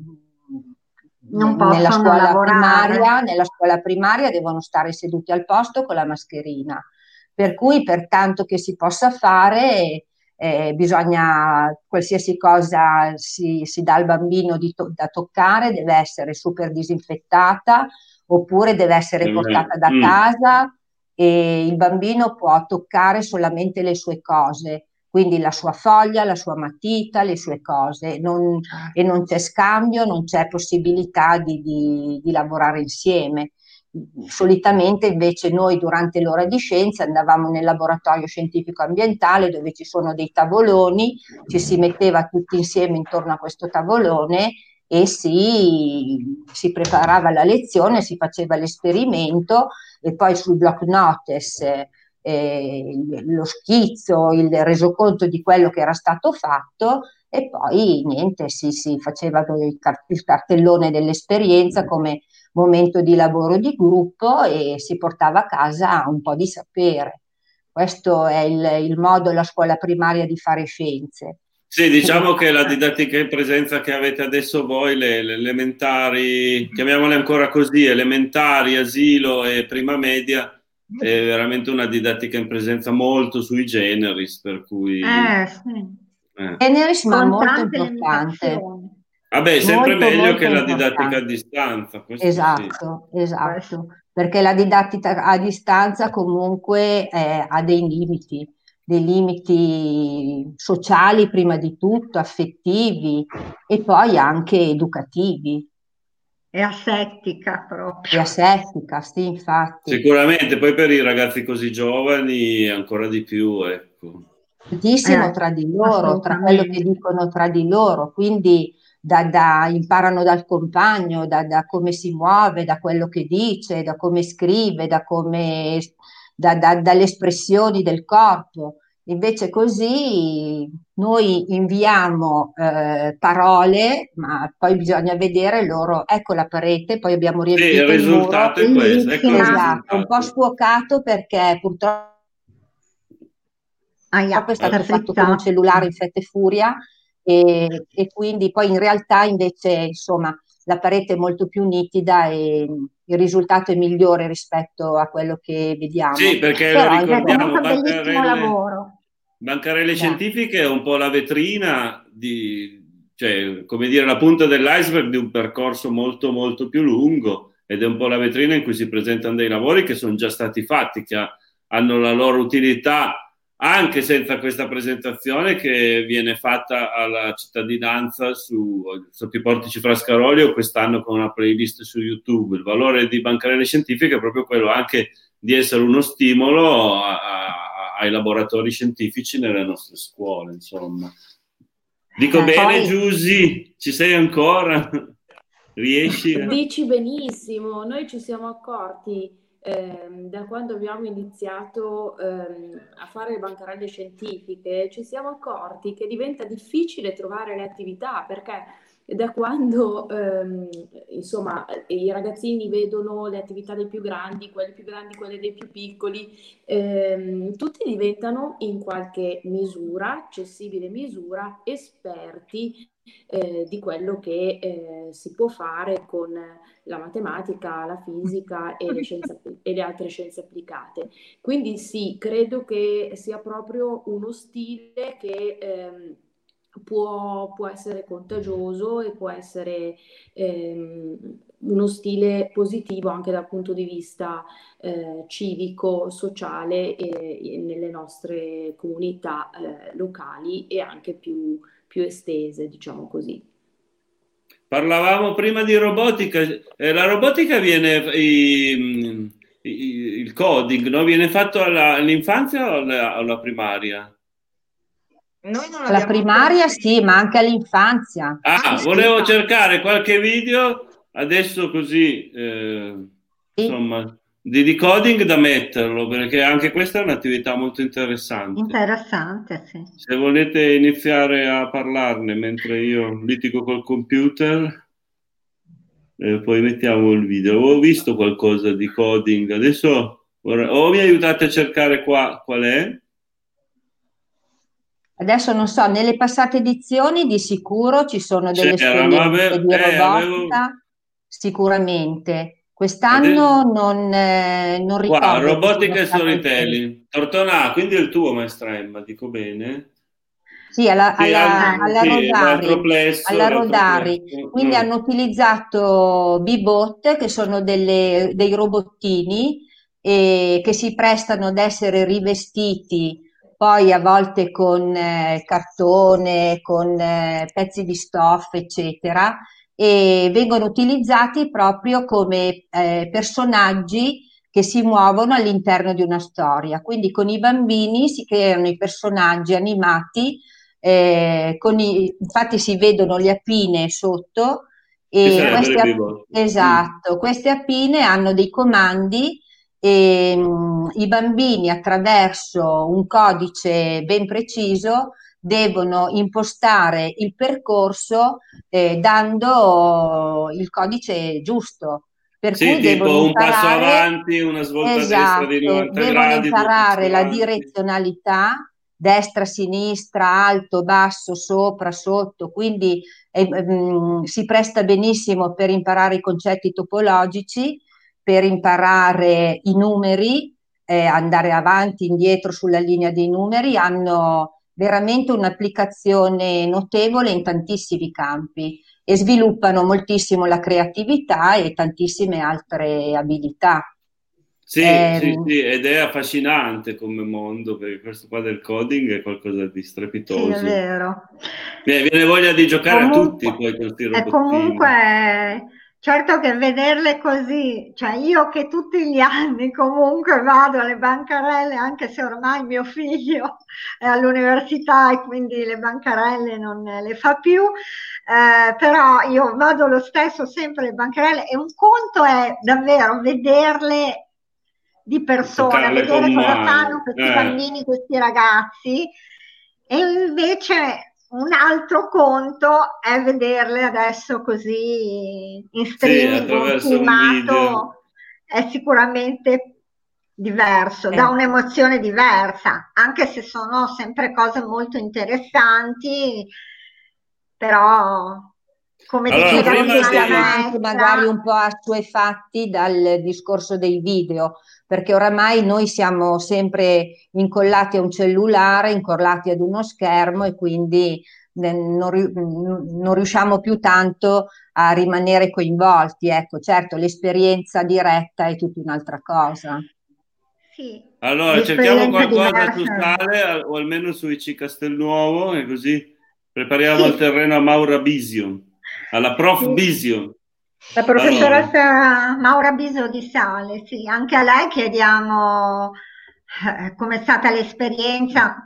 Non nella possono scuola primaria, lavorare. nella scuola primaria devono stare seduti al posto con la mascherina. Per cui, per tanto che si possa fare, eh, bisogna, qualsiasi cosa si, si dà al bambino di to- da toccare deve essere super disinfettata, oppure deve essere Eh, portata da mm. casa, e il bambino può toccare solamente le sue cose, quindi la sua foglia, la sua matita, le sue cose, non- e non c'è scambio, non c'è possibilità di, di- di lavorare insieme. Solitamente invece noi durante l'ora di scienza andavamo nel laboratorio scientifico ambientale, dove ci sono dei tavoloni, ci si metteva tutti insieme intorno a questo tavolone e si, si preparava la lezione, si faceva l'esperimento, e poi sul block notice eh, lo schizzo, il resoconto di quello che era stato fatto, e poi niente, si, si faceva il, il cartellone dell'esperienza come momento di lavoro di gruppo, e si portava a casa un po' di sapere. Questo è il, il modo, la scuola primaria di fare scienze. Sì, diciamo che la didattica in presenza che avete adesso voi, le, le elementari, chiamiamole ancora così, elementari, asilo e prima media, è veramente una didattica in presenza molto sui generis, per cui... Eh sì. eh. Generis, ma Con molto tante importante, limitazioni. Vabbè, sempre molto meglio che molto la didattica a importante. distanza, questo sì. Esatto, Questo. esatto, perché la didattica a distanza comunque eh, ha dei limiti, dei limiti sociali prima di tutto, affettivi, e poi anche educativi È asettica e proprio. asettica, sì, infatti. Sicuramente, poi per i ragazzi così giovani ancora di più, ecco. Tantissimo Eh, tra di loro, tra quello che assolutamente. dicono tra di loro, quindi da, da- imparano dal compagno, da, da come si muove, da quello che dice, da come scrive, da come, da- da- dalle espressioni del corpo. Invece così noi inviamo eh, parole, ma poi bisogna vedere loro, ecco la parete, poi abbiamo Sì, il riempito il muro, risultato è questo, ecco il Bellissima. esatto, un po' risultato. sfuocato perché purtroppo Aia, è Ah, stato fatto con un Patrizia. cellulare in fretta e furia e, e quindi poi in realtà invece insomma la parete è molto più nitida e il risultato è migliore rispetto a quello che Sì, vediamo. perché lo Però Beh, ricordiamo, comunque bellissimo bancarelle, lavoro. bancarelle beh, scientifiche è un po' la vetrina di, cioè, come dire, la punta dell'iceberg di un percorso molto molto più lungo ed è un po' la vetrina in cui si presentano dei lavori che sono già stati fatti, che ha- hanno la loro utilità anche senza questa presentazione che viene fatta alla cittadinanza su, sotto i portici Frascaroli o quest'anno con una playlist su YouTube. Il valore di bancarelle scientifiche è proprio quello anche di essere uno stimolo a- a- ai laboratori scientifici nelle nostre scuole, insomma. Dico Eh, bene, poi Giusy? Ci sei ancora? Riesci? a- Dici benissimo, noi ci siamo accorti ehm, da quando abbiamo iniziato ehm, a fare le bancarelle scientifiche, ci siamo accorti che diventa difficile trovare le attività perché da quando ehm, insomma i ragazzini vedono le attività dei più grandi, quelle più grandi, quelle dei più piccoli, ehm, tutti diventano in qualche misura, accessibile misura, esperti eh, di quello che eh, si può fare con la matematica, la fisica e le scienze, e le altre scienze applicate. Quindi sì, credo che sia proprio uno stile che ehm, può, può essere contagioso e può essere ehm, uno stile positivo anche dal punto di vista eh, civico, sociale e, e nelle nostre comunità eh, locali e anche più più estese, diciamo così. Parlavamo prima di robotica. Eh, la robotica viene, i- i- il coding, no? Viene fatto alla- all'infanzia o alla, alla primaria? Noi non alla abbiamo ancora primaria sì, ma anche all'infanzia. Sì, Ah, anche sì, volevo all'infanzia. cercare qualche video adesso così, eh, sì. insomma, di decoding da metterlo, perché anche questa è un'attività molto interessante. interessante, sì. Se volete iniziare a parlarne mentre io litigo col computer, eh, poi mettiamo il video. Avevo visto qualcosa di coding, adesso vorrei- o mi aiutate a cercare qua qual è? Adesso non so, nelle passate edizioni di sicuro ci sono delle C'era, ma esperienze ave- di eh, avevo... robotica, sicuramente. Adesso... Quest'anno non, eh, non Qua, ricordo che sia robotica e stata ripresa. storytelling. Tortona, quindi è il tuo, maestra Emma, dico bene? Sì, alla, Sì, alla, al- Eh, alla sì, l'altro Rodari, plesso, alla l'altro Rodari. plesso. Quindi Mm. hanno utilizzato Bibot, che sono delle- dei robottini eh, che si prestano ad essere rivestiti poi a volte con eh, cartone, con eh, pezzi di stoffa, eccetera, e vengono utilizzati proprio come eh, personaggi che si muovono all'interno di una storia. Quindi con i bambini si creano i personaggi animati, eh, con i- infatti si vedono le appine sotto Che e sarebbero i queste, app- bebop? Mm. esatto, queste appine hanno dei comandi e mh, i bambini attraverso un codice ben preciso devono impostare il percorso eh, dando il codice giusto. Per Sì, cui devono tipo un passo imparare, avanti, una svolta a destra di esatto, novanta devono gradi, due passi imparare la avanti. direzionalità, destra, sinistra, alto, basso, sopra, sotto, quindi eh, mm, si presta benissimo per imparare i concetti topologici, per imparare i numeri, eh, andare avanti, indietro sulla linea dei numeri, hanno veramente un'applicazione notevole in tantissimi campi e sviluppano moltissimo la creatività e tantissime altre abilità. Sì, sì, Ehm, sì, ed è affascinante come mondo, perché questo qua del coding è qualcosa di sì, è strepitoso. vero. Viene viene voglia di giocare a tutti Comunque, poi con questi e robottini. comunque, certo che vederle così, cioè io che tutti gli anni comunque vado alle bancarelle, anche se ormai mio figlio è all'università e quindi le bancarelle non le fa più, eh, però io vado lo stesso sempre alle bancarelle e un conto è davvero vederle di persona, Toccarle vedere con cosa mano. fanno questi Eh. bambini, questi ragazzi, e invece un altro conto è vederle adesso così in Sì, streaming, un attraverso un video. filmato è sicuramente diverso, dà Eh. un'emozione diversa, anche se sono sempre cose molto interessanti, però come Allora, diceva Sì, prima prima forse la siamo di... anche magari maestra, un po' assuefatti dal discorso dei video, perché oramai noi siamo sempre incollati a un cellulare, incollati ad uno schermo e quindi eh, non, ri- non riusciamo più tanto a rimanere coinvolti. Ecco, certo, l'esperienza diretta è tutta un'altra cosa. sì, Allora, cerchiamo l'esperienza qualcosa su diversa. Sale al- o almeno su I C Castelnuovo e così prepariamo il Sì, terreno a Maura Bisio, alla prof sì. Bisio. La Allora, professoressa Maura Biso di Sale, sì, anche a lei chiediamo eh, com'è stata l'esperienza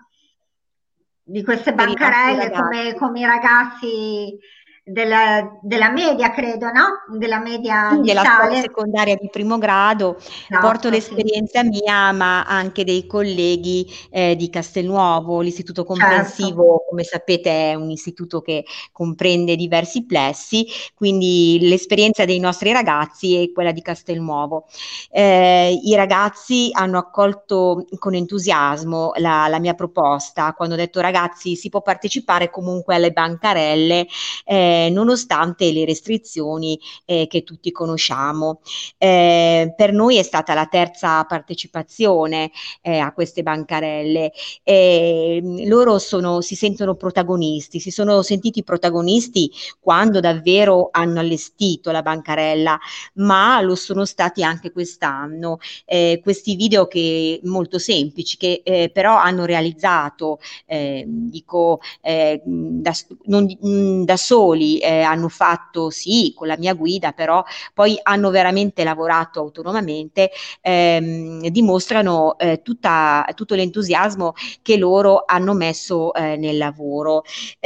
di queste per i nostri bancarelle, come, ragazzi. come i ragazzi della, della media, credo, no? Della media Sì, di della scuola Sale. secondaria di primo grado, porto Esatto, sì, l'esperienza mia, ma anche dei colleghi eh, di Castelnuovo. L'Istituto certo. Comprensivo, come sapete, è un istituto che comprende diversi plessi, quindi l'esperienza dei nostri ragazzi è quella di Castelnuovo. Eh, I ragazzi hanno accolto con entusiasmo la, la mia proposta, quando ho detto ragazzi si può partecipare comunque alle bancarelle, eh, nonostante le restrizioni eh, che tutti conosciamo. Eh, per noi è stata la terza partecipazione eh, a queste bancarelle. Eh, loro sono, si sentono protagonisti, si sono sentiti protagonisti quando davvero hanno allestito la bancarella, ma lo sono stati anche quest'anno. Eh, questi video che molto semplici, che eh, però hanno realizzato, eh, dico, eh, da, non, da soli, eh, hanno fatto sì con la mia guida, però poi hanno veramente lavorato autonomamente, ehm, dimostrano eh, tutta, tutto l'entusiasmo che loro hanno messo eh, nel lavoro.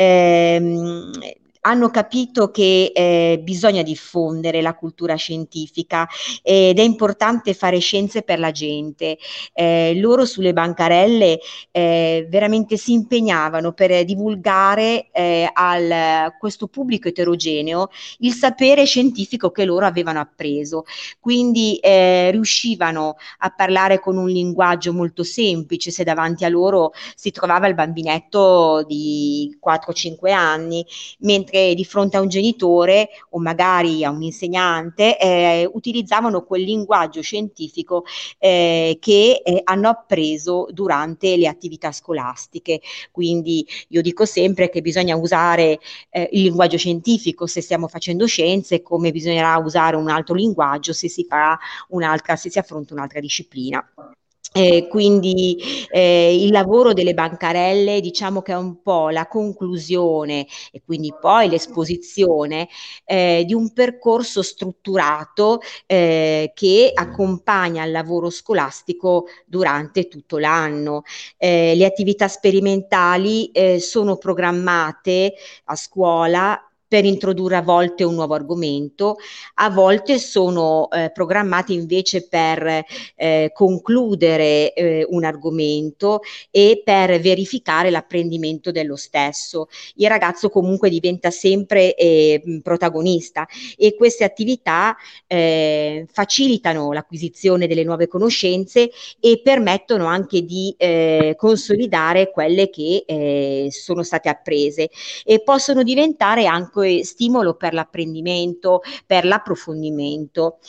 Ehm, hanno capito che eh, bisogna diffondere la cultura scientifica ed è importante fare scienze per la gente. Eh, loro sulle bancarelle eh, veramente si impegnavano per divulgare eh, al questo pubblico eterogeneo il sapere scientifico che loro avevano appreso, quindi eh, riuscivano a parlare con un linguaggio molto semplice se davanti a loro si trovava il bambinetto di quattro cinque anni, mentre di fronte a un genitore o magari a un insegnante eh, utilizzavano quel linguaggio scientifico eh, che eh, hanno appreso durante le attività scolastiche. Quindi io dico sempre che bisogna usare eh, il linguaggio scientifico se stiamo facendo scienze, come bisognerà usare un altro linguaggio se si fa un'altra, se si affronta un'altra disciplina. Eh, quindi eh, il lavoro delle bancarelle diciamo che è un po' la conclusione e quindi poi l'esposizione eh, di un percorso strutturato eh, che accompagna il lavoro scolastico durante tutto l'anno. Eh, le attività sperimentali eh, sono programmate a scuola per introdurre a volte un nuovo argomento, a volte sono eh, programmati invece per eh, concludere eh, un argomento e per verificare l'apprendimento dello stesso. Il ragazzo comunque diventa sempre eh, protagonista e queste attività eh, facilitano l'acquisizione delle nuove conoscenze e permettono anche di eh, consolidare quelle che eh, sono state apprese e possono diventare anche stimolo per l'apprendimento, per l'approfondimento.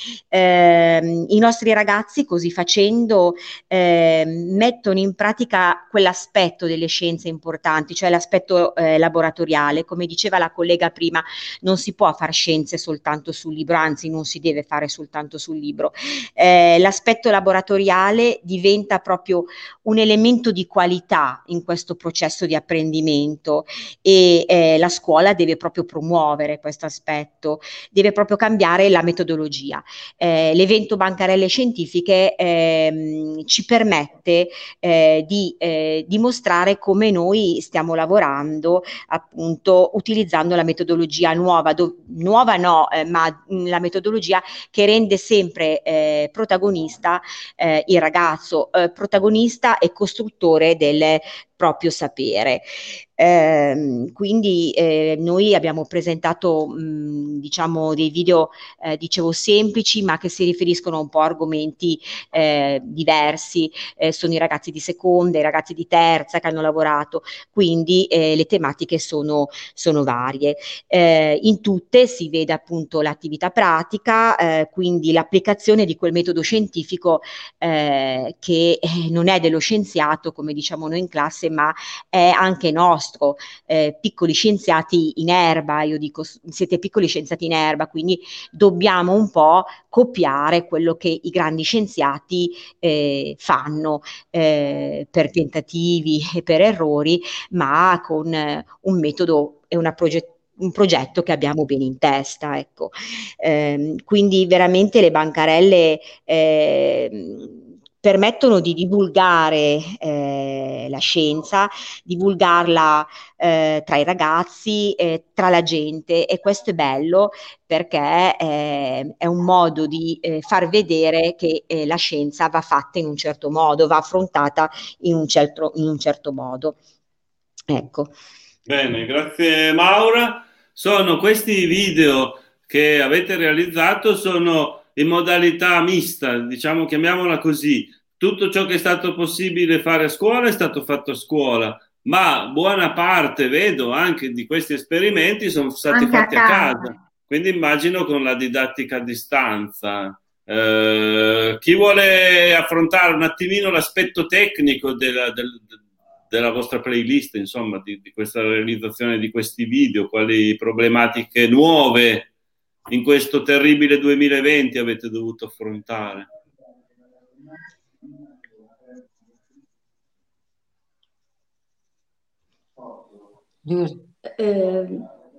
Eh, I nostri ragazzi così facendo eh, mettono in pratica quell'aspetto delle scienze importanti, cioè l'aspetto eh, laboratoriale. Come diceva la collega prima, non si può fare scienze soltanto sul libro, anzi non si deve fare soltanto sul libro. Eh, l'aspetto laboratoriale diventa proprio un elemento di qualità in questo processo di apprendimento e eh, la scuola deve proprio promuovere questo aspetto, deve proprio cambiare la metodologia. Eh, l'evento Bancarelle Scientifiche ehm, ci permette eh, di eh, dimostrare come noi stiamo lavorando appunto utilizzando la metodologia nuova, do, nuova no, eh, ma la metodologia che rende sempre eh, protagonista eh, il ragazzo, eh, protagonista e costruttore del proprio sapere. Eh, quindi eh, noi abbiamo presentato mh, diciamo dei video eh, dicevo semplici ma che si riferiscono un po' a argomenti eh, diversi, eh, sono i ragazzi di seconda, i ragazzi di terza che hanno lavorato, quindi eh, le tematiche sono, sono varie. Eh, in tutte si vede appunto l'attività pratica, eh, quindi l'applicazione di quel metodo scientifico eh, che eh, non è dello scienziato come diciamo noi in classe, ma è anche nostro, eh, piccoli scienziati in erba, io dico siete piccoli scienziati in erba, quindi dobbiamo un po' copiare quello che i grandi scienziati eh, fanno eh, per tentativi e per errori, ma con eh, un metodo e una progettualità un progetto che abbiamo bene in testa, ecco. Eh, quindi veramente le bancarelle eh, permettono di divulgare eh, la scienza, divulgarla eh, tra i ragazzi, eh, tra la gente, e questo è bello perché eh, è un modo di eh, far vedere che eh, la scienza va fatta in un certo modo, va affrontata in un certo, in un certo modo. Ecco. Bene, grazie Maura. Sono questi video che avete realizzato sono in modalità mista, diciamo, chiamiamola così. Tutto ciò che è stato possibile fare a scuola è stato fatto a scuola, ma buona parte, vedo, anche di questi esperimenti sono stati Anche fatti a a casa. casa, quindi immagino con la didattica a distanza. Eh, chi vuole affrontare un attimino l'aspetto tecnico della, del, della vostra playlist, insomma, di, di questa realizzazione di questi video, quali problematiche nuove in questo terribile duemilaventi avete dovuto affrontare? Eh,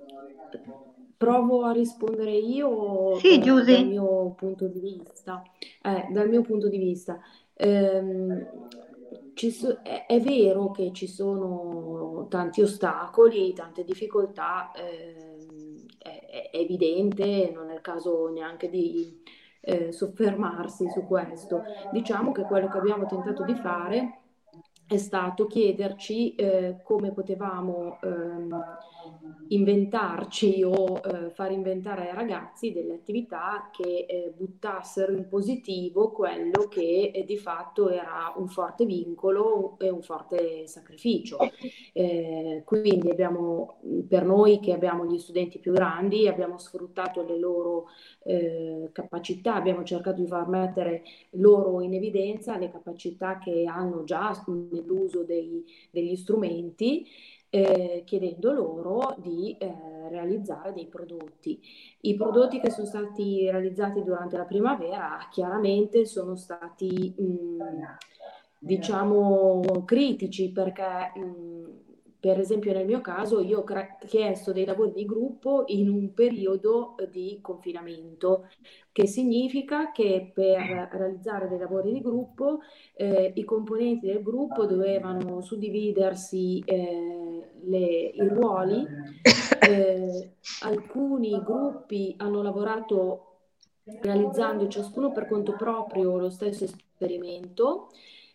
provo a rispondere io Sì, eh, dal Giusy. mio punto di vista. Eh, dal mio punto di vista. Ehm, ci so- è, è vero che ci sono tanti ostacoli, tante difficoltà, ehm, è, è evidente, non è il caso neanche di eh, soffermarsi su questo. Diciamo che quello che abbiamo tentato di fare è stato chiederci eh, come potevamo ehm, inventarci o eh, far inventare ai ragazzi delle attività che eh, buttassero in positivo quello che eh, di fatto era un forte vincolo e un forte sacrificio. Eh, quindi abbiamo, per noi che abbiamo gli studenti più grandi, abbiamo sfruttato le loro eh, capacità, abbiamo cercato di far mettere loro in evidenza le capacità che hanno già nell'uso dei, degli strumenti, eh, chiedendo loro di eh, realizzare dei prodotti. I prodotti che sono stati realizzati durante la primavera chiaramente sono stati mh, diciamo critici perché mh, per esempio nel mio caso io ho cre- chiesto dei lavori di gruppo in un periodo di confinamento, che significa che per realizzare dei lavori di gruppo eh, i componenti del gruppo dovevano suddividersi eh, le- i ruoli. Eh, alcuni gruppi hanno lavorato realizzando ciascuno per conto proprio lo stesso esperimento.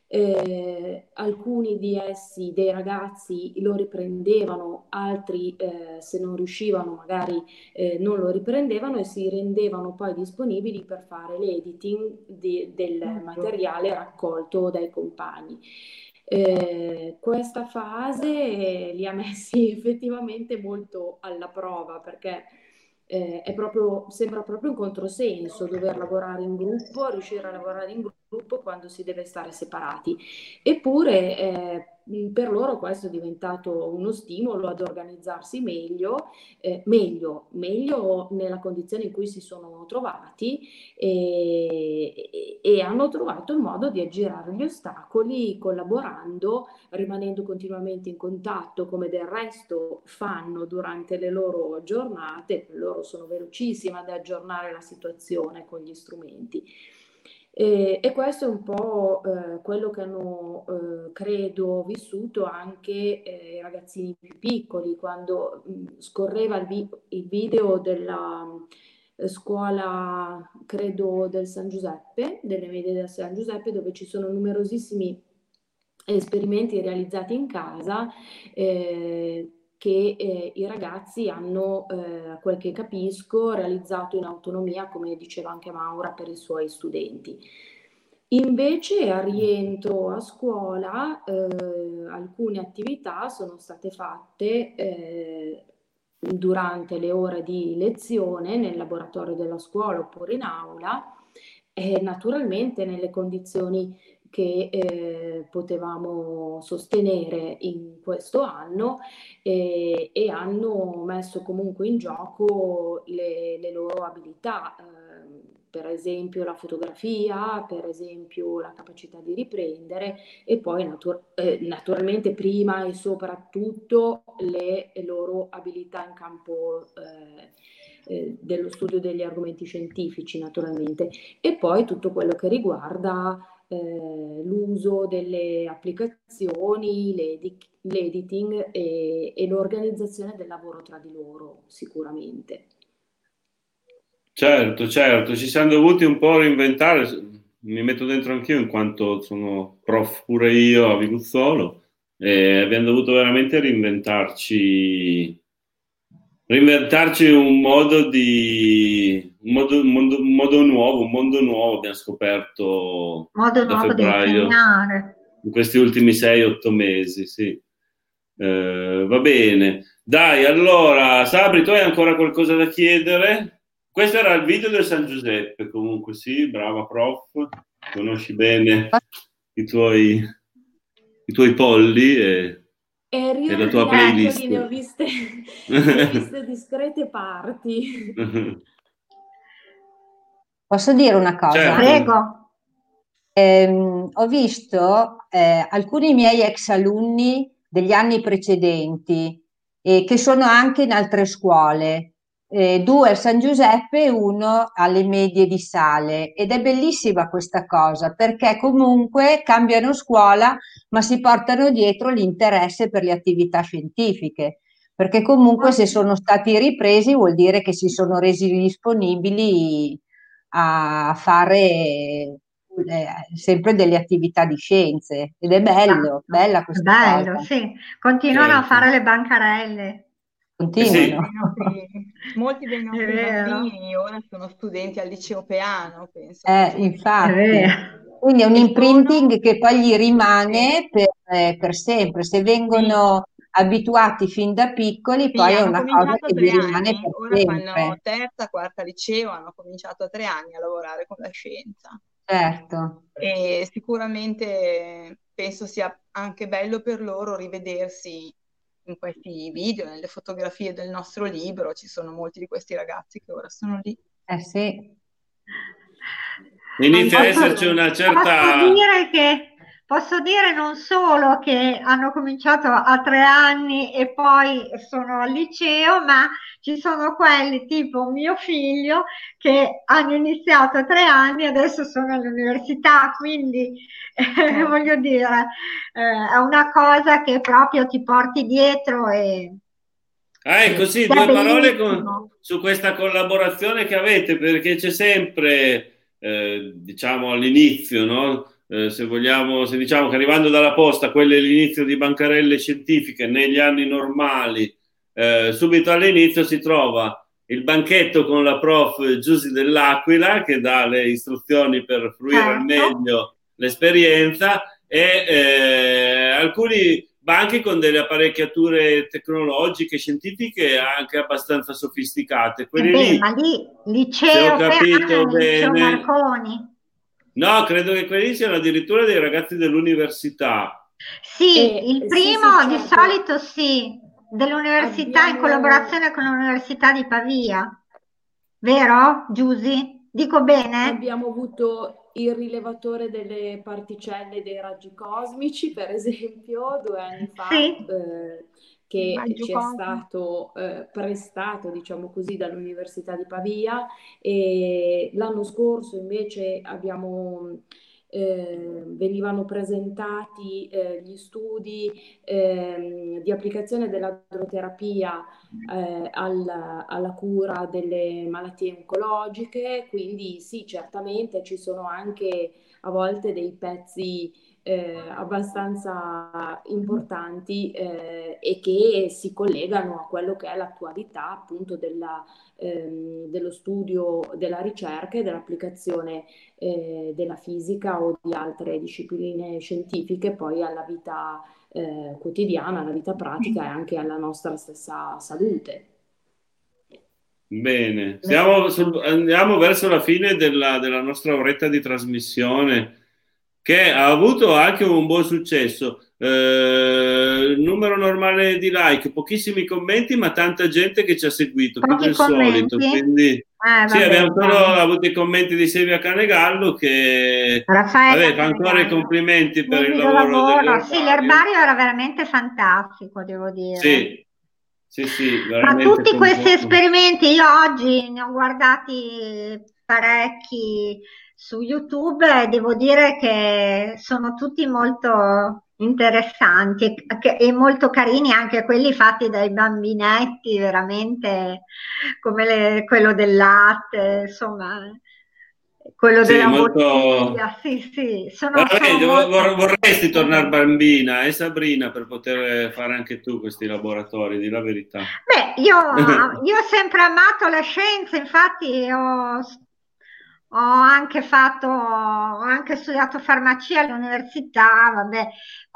Eh, alcuni di essi, dei ragazzi, lo riprendevano, altri eh, se non riuscivano magari eh, non lo riprendevano e si rendevano poi disponibili per fare l'editing di, del materiale raccolto dai compagni. Eh, questa fase li ha messi effettivamente molto alla prova perché eh, è proprio, sembra proprio un controsenso dover lavorare in gruppo, riuscire a lavorare in gruppo gruppo quando si deve stare separati. Eppure eh, per loro questo è diventato uno stimolo ad organizzarsi meglio, eh, meglio, meglio nella condizione in cui si sono trovati e, e, e hanno trovato il modo di aggirare gli ostacoli collaborando, rimanendo continuamente in contatto, come del resto fanno durante le loro giornate. Loro sono velocissime ad aggiornare la situazione con gli strumenti. E, e questo è un po' eh, quello che hanno, eh, credo, vissuto anche eh, i ragazzini più piccoli, quando mh, scorreva il, vi- il video della eh, scuola, credo, del San Giuseppe, delle medie del San Giuseppe, dove ci sono numerosissimi esperimenti realizzati in casa, eh, che eh, i ragazzi hanno, eh, quel che capisco, realizzato in autonomia, come diceva anche Maura, per i suoi studenti. Invece a rientro a scuola eh, alcune attività sono state fatte eh, durante le ore di lezione nel laboratorio della scuola oppure in aula, e naturalmente nelle condizioni che eh, potevamo sostenere in questo anno, e, e hanno messo comunque in gioco le, le loro abilità, eh, per esempio la fotografia, per esempio la capacità di riprendere, e poi natur- eh, naturalmente prima e soprattutto le, le loro abilità in campo eh, eh, dello studio degli argomenti scientifici, naturalmente, e poi tutto quello che riguarda eh, l'uso delle applicazioni, l'edi- l'editing e, e l'organizzazione del lavoro tra di loro, sicuramente. Certo, certo, ci siamo dovuti un po' reinventare, mi metto dentro anch'io in quanto sono prof pure io a Viguzzolo, e abbiamo dovuto veramente reinventarci, reinventarci un modo di, un modo, un mondo, un modo nuovo, un mondo nuovo abbiamo scoperto Modo da nuovo di febbraio, insegnare. in questi ultimi sei otto mesi, sì. Eh, va bene. Dai, allora, Sabri, tu hai ancora qualcosa da chiedere? Questo era il video del San Giuseppe, comunque sì, brava prof, conosci bene i tuoi, i tuoi polli e, E e la tua playlist. riordinateli, ne ho viste, ne ho viste discrete parti. Posso dire una cosa? Certo. Prego. Ehm, ho visto eh, alcuni miei ex alunni degli anni precedenti, eh, che sono anche in altre scuole, eh, due al San Giuseppe e uno alle medie di Sale, ed è bellissima questa cosa perché comunque cambiano scuola ma si portano dietro l'interesse per le attività scientifiche, perché comunque se sono stati ripresi vuol dire che si sono resi disponibili a fare eh, sempre delle attività di scienze, ed è bello, Esatto. bella È questa bello, cosa. sì. Continuano a Certo. fare le bancarelle. Eh sì. Continuano. I nostri- molti dei È nostri vero, bambini ora sono studenti al liceo Peano, penso. Eh, che- è infatti. vero. Quindi è un E imprinting sono- che poi gli sì, rimane per, eh, per sempre. Se vengono abituati fin da piccoli, sì, poi è hanno una cosa cominciato a che tre vi rimane anni, per ora fanno sempre. terza, quarta liceo, hanno cominciato a tre anni a lavorare con la scienza. Certo. E sicuramente penso sia anche bello per loro rivedersi in questi video, nelle fotografie del nostro libro. Ci sono molti di questi ragazzi che ora sono lì. Eh sì. Inizia a Posso, esserci una posso certa... dire che posso dire non solo che hanno cominciato a tre anni e poi sono al liceo, ma ci sono quelli tipo mio figlio che hanno iniziato a tre anni e adesso sono all'università, quindi eh, voglio dire, eh, è una cosa che proprio ti porti dietro e Ah, ecco, ed sì, è due parole con- bellissimo. su questa collaborazione che avete, perché c'è sempre, eh, diciamo, all'inizio, no? Eh, se vogliamo, se diciamo che arrivando dalla posta, quello è l'inizio di bancarelle scientifiche negli anni normali, eh, subito all'inizio si trova il banchetto con la prof Giusy dell'Aquila che dà le istruzioni per fruire al Certo. meglio l'esperienza e eh, alcuni banchi con delle apparecchiature tecnologiche, scientifiche anche abbastanza sofisticate. E Quelli beh, lì, ma lì se ho liceo capito Peano e liceo bene, Marconi. No, credo che quelli siano addirittura dei ragazzi dell'università. Sì, Eh, il sì, primo sì, di certo. solito sì, dell'università in Abbiamo, collaborazione con l'Università di Pavia, vero, Giusy? Dico bene? abbiamo avuto il rilevatore delle particelle dei raggi cosmici, per esempio, due anni fa, Sì, eh, Il che raggio ci è cosmico. stato eh, prestato, diciamo così, dall'Università di Pavia, e l'anno scorso invece abbiamo, eh, venivano presentati eh, gli studi ehm, di applicazione dell'adroterapia eh, alla, alla cura delle malattie oncologiche, quindi sì, certamente ci sono anche a volte dei pezzi eh, abbastanza importanti eh, e che si collegano a quello che è l'attualità appunto della, ehm, dello studio, della ricerca e dell'applicazione eh, della fisica o di altre discipline scientifiche poi alla vita eh, quotidiana, alla vita pratica e anche alla nostra stessa salute. Bene, siamo sul- andiamo verso la fine della, della nostra oretta di trasmissione, che ha avuto anche un buon successo. Eh, numero normale di like, pochissimi commenti, ma tanta gente che ci ha seguito, più pochi del solito. commenti? Quindi Eh, sì, vabbè, abbiamo solo dai. avuto i commenti di Silvia Canegallo che, Raffaella vabbè, fa ancora i Canegallo, complimenti per il splendido lavoro lavoro. Sì, dell'erbario. l'erbario era veramente fantastico, devo dire. Sì, sì, sì, Fra veramente tutti questi composto. esperimenti, io oggi ne ho guardati parecchi su YouTube e devo dire che sono tutti molto interessanti e, che- e molto carini, anche quelli fatti dai bambinetti, veramente come le- quello del latte, insomma, quello Sì, della molto. bottiglia. Sì, sì, sono, sono Veramente, vor- molto vor- vorresti tornare molto. bambina, eh Sabrina, per poter fare anche tu questi laboratori, di la verità. Beh, io, io ho sempre amato le scienze, infatti ho, ho anche fatto, ho anche studiato farmacia all'università, vabbè.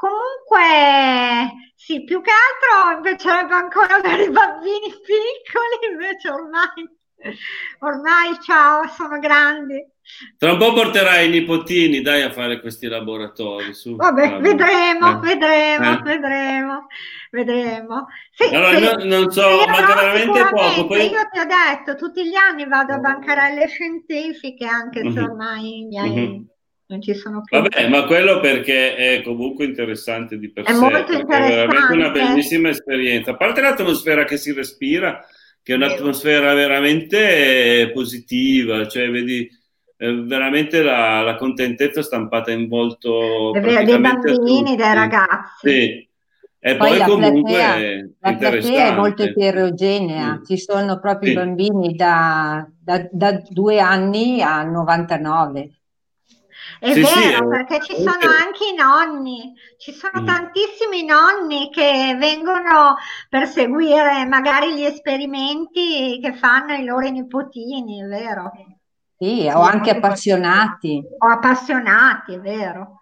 Comunque, sì, più che altro mi piacerebbe ancora avere i bambini piccoli, invece ormai, ormai, ciao, sono grandi. Tra un po' porterai i nipotini, dai, a fare questi laboratori, su, Vabbè, Fabio. vedremo, Eh, vedremo, eh. vedremo, vedremo. Sì, Allora, se, no- non se io so, manca avrò veramente poco, sicuramente, poi. io ti ho detto, tutti gli anni vado a bancarelle scientifiche, anche se Mhm, ormai i miei mhm. non ci sono più. Vabbè, ma quello perché è comunque interessante di per È sé, molto perché è veramente una interessante. bellissima esperienza. A parte l'atmosfera che si respira, che è Vero. un'atmosfera veramente positiva, cioè vedi eh, veramente la, la contentezza stampata in volto È vero, dei praticamente a bambini, dei tutti. ragazzi. Sì. E Poi poi la platea, comunque la platea è molto interessante. eterogenea, Mm. ci sono proprio i Sì. bambini da, da- da due anni a novantanove. È Sì, sì, è vero, perché ci sono veramente- anche i nonni, ci sono Mm. tantissimi nonni che vengono per seguire magari gli esperimenti che fanno i loro nipotini, è vero? Sì, o Sì, è anche molto particolare. appassionati. O appassionati, è vero?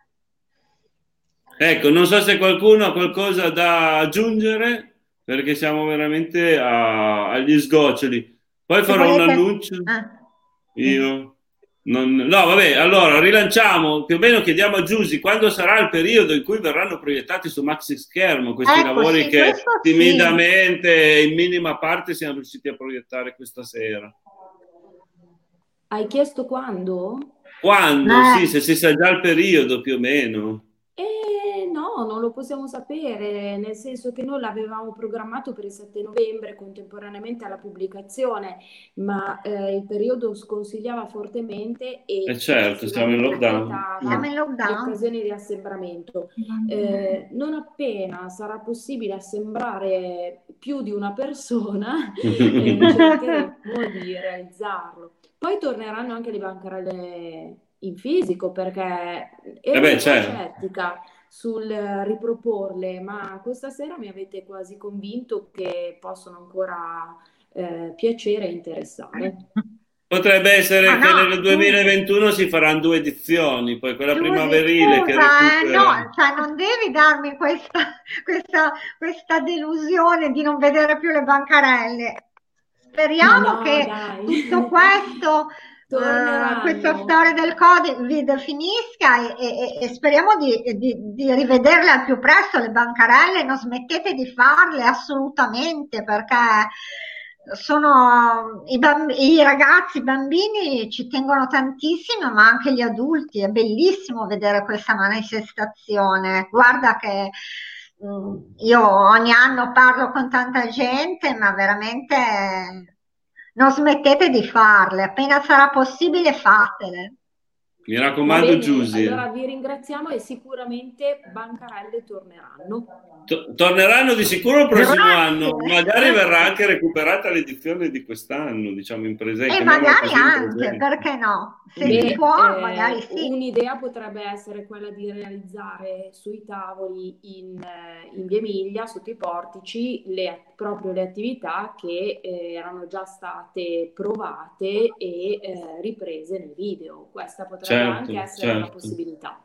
Ecco, non so se qualcuno ha qualcosa da aggiungere, perché siamo veramente a- agli sgoccioli. Poi Se farò un volete... annuncio. Ah, sì. Io. Non- No, vabbè, allora rilanciamo, più o meno chiediamo a Giusy quando sarà il periodo in cui verranno proiettati su maxi schermo questi Ecco, lavori sì, che questo sì. timidamente, in minima parte, siamo riusciti a proiettare questa sera. Hai chiesto quando? Quando? Eh, Sì, se si sa già il periodo più o meno. Eh, no, non lo possiamo sapere, nel senso che noi l'avevamo programmato per il sette novembre contemporaneamente alla pubblicazione, ma eh, il periodo sconsigliava fortemente E e certo, siamo in successivamente lockdown. siamo vietata in lockdown. l'occasione di assembramento. Eh, non appena sarà possibile assembrare più di una persona, eh, cercheremo di realizzarlo. Poi torneranno anche le bancarelle in fisico perché Eh ero beh, un po' certo. scettica sul riproporle, ma questa sera mi avete quasi convinto che possono ancora eh, piacere e interessare. Potrebbe essere No, che no, nel tu, duemilaventuno si faranno due edizioni, poi quella Giusy, primaverile che scusa, eh, recupera. no, cioè non devi darmi questa, questa, questa delusione di non vedere più le bancarelle. Ma Speriamo no, che dai. tutto questo uh, questa storia del Covid finisca e, e, e speriamo di, di, di rivederle al più presto le bancarelle. Non smettete di farle assolutamente, perché sono i, bambi, i ragazzi, i bambini ci tengono tantissimo, ma anche gli adulti. È bellissimo vedere questa manifestazione. Guarda che mh, io ogni anno parlo con tanta gente, ma veramente non smettete di farle. Appena sarà possibile, fatele. Mi raccomando, Giusy. Allora vi ringraziamo e sicuramente bancarelle torneranno. To- torneranno di sicuro il prossimo Grazie. anno, magari verrà anche recuperata l'edizione di quest'anno, diciamo in presenza. E magari anche, perché no? Se Beh, si può, eh, magari sì. Un'idea potrebbe essere quella di realizzare sui tavoli in, in Via Emilia, sotto i portici, le, proprio le attività che eh, erano già state provate e eh, riprese nel video. Questa potrebbe certo, anche essere certo. una possibilità.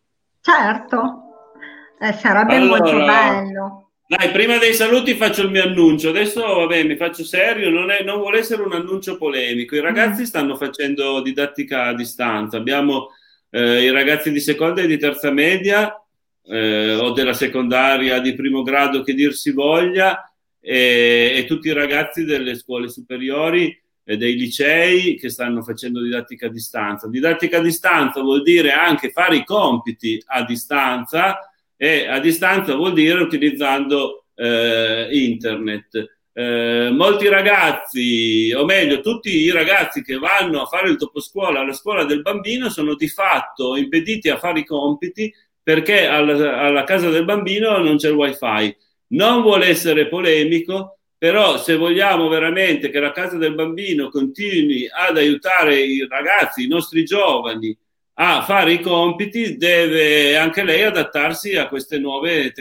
Certo. Eh, sarebbe allora, molto bello. Dai, prima dei saluti faccio il mio annuncio. Adesso, vabbè, mi faccio serio, non, è, non vuole essere un annuncio polemico. I ragazzi mm. stanno facendo didattica a distanza. Abbiamo eh, i ragazzi di seconda e di terza media eh, o della secondaria di primo grado, che dir si voglia, e, e tutti i ragazzi delle scuole superiori e dei licei che stanno facendo didattica a distanza. Didattica a distanza vuol dire anche fare i compiti a distanza, e a distanza vuol dire utilizzando eh, internet. Eh, molti ragazzi, o meglio tutti i ragazzi che vanno a fare il doposcuola alla scuola del bambino, sono di fatto impediti a fare i compiti perché alla, alla casa del bambino non c'è il wifi. Non vuole essere polemico, però se vogliamo veramente che la casa del bambino continui ad aiutare i ragazzi, i nostri giovani, a fare i compiti, deve anche lei adattarsi a queste nuove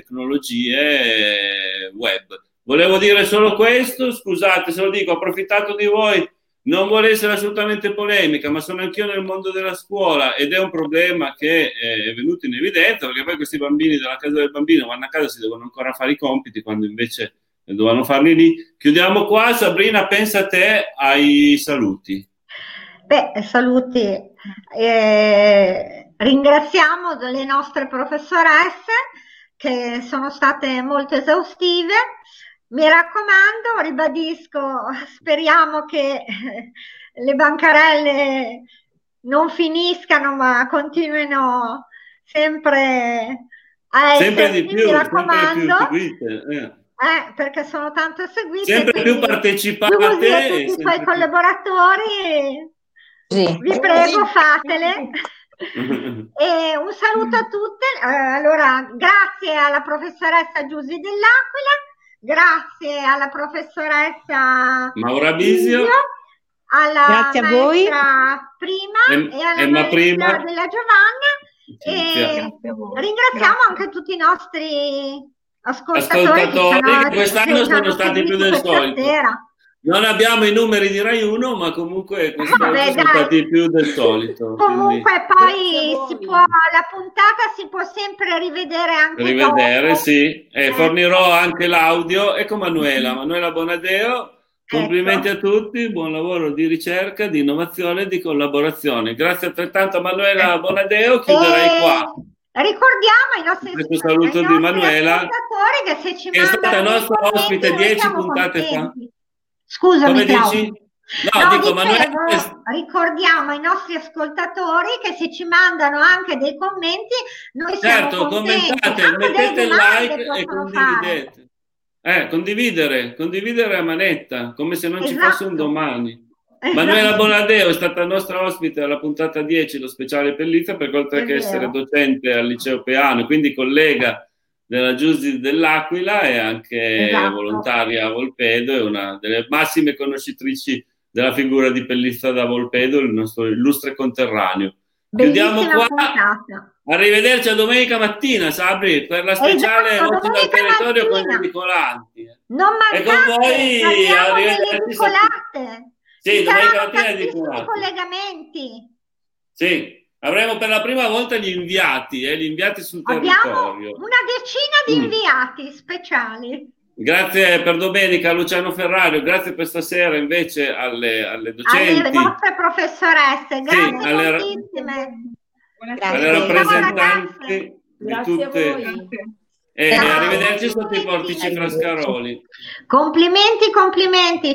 tecnologie web. Volevo dire solo questo, scusate se lo dico, ho approfittato di voi, non vuole essere assolutamente polemica, ma sono anch'io nel mondo della scuola ed è un problema che è venuto in evidenza, perché poi questi bambini della casa del bambino vanno a casa e si devono ancora fare i compiti, quando invece dovevano farli lì. Chiudiamo qua. Sabrina, pensa a te ai saluti. Beh, saluti. Eh, ringraziamo le nostre professoresse che sono state molto esaustive. Mi raccomando, ribadisco, speriamo che le bancarelle non finiscano, ma continuino sempre a sempre esserci, di più, mi raccomando. Sempre più seguite, eh. Eh, perché sono tanto seguite. Sempre più partecipate. Tutti i tuoi collaboratori. Sì. Vi prego, fatele. E un saluto a tutte. Allora, grazie alla professoressa Giusy Dell'Aquila, grazie alla professoressa Maura Bisio, alla grazie a voi. Prima e, e alla e maestra prima. della Giovanna. E ringraziamo grazie. anche tutti i nostri ascoltatori, ascoltatori che, che quest'anno sono stati più del solito. Sera. Non abbiamo i numeri di Rai uno, ma comunque quest'anno Vabbè, sono dai. stati più del solito. Comunque quindi... poi si può, la puntata si può sempre rivedere anche rivedere, dopo. sì. E eh. fornirò anche l'audio. Ecco Manuela, Manuela Bonadeo. Complimenti ecco. a tutti, buon lavoro di ricerca, di innovazione e di collaborazione. Grazie altrettanto a Manuela eh. Bonadeo, chiuderei e... qua. Ricordiamo ai nostri, questo saluto di Manuela, che, se ci che è stata nostra ospite dieci puntate fa. Scusami, dici? No, no, dico, dicevo, Manuela... ricordiamo ai nostri ascoltatori che se ci mandano anche dei commenti, noi certo, siamo contenti. commentate, mettete il like e condividete. Eh, condividere, condividere a manetta, come se non esatto. ci fosse un domani. Esatto. Manuela Bonadeo è stata nostra ospite alla puntata dieci, lo speciale Pellizza, perché oltre è che vero. essere docente al liceo Peano, quindi collega della Giusy Dell'Aquila, è anche esatto. volontaria a Volpedo, è una delle massime conoscitrici della figura di Pellizza da Volpedo, il nostro illustre conterraneo. Bellissima Chiudiamo qua. Puntata. Arrivederci a domenica mattina, Sabri, per la speciale esatto, Voci dal territorio con gli edicolanti. Non mancate, e con voi arrivederci. Sì, Ci domenica mattina edicolati. collegamenti. Sì. Avremo per la prima volta gli inviati, eh, gli inviati sul Abbiamo territorio. Una decina di mm. inviati speciali. Grazie per domenica a Luciano Ferrario, grazie per stasera invece alle, alle docenti. Alle nostre professoresse, grazie sì, alle, moltissime. Alle rappresentanti di grazie tutte. a voi. E arrivederci sotto i portici Frascaroli. Complimenti, complimenti.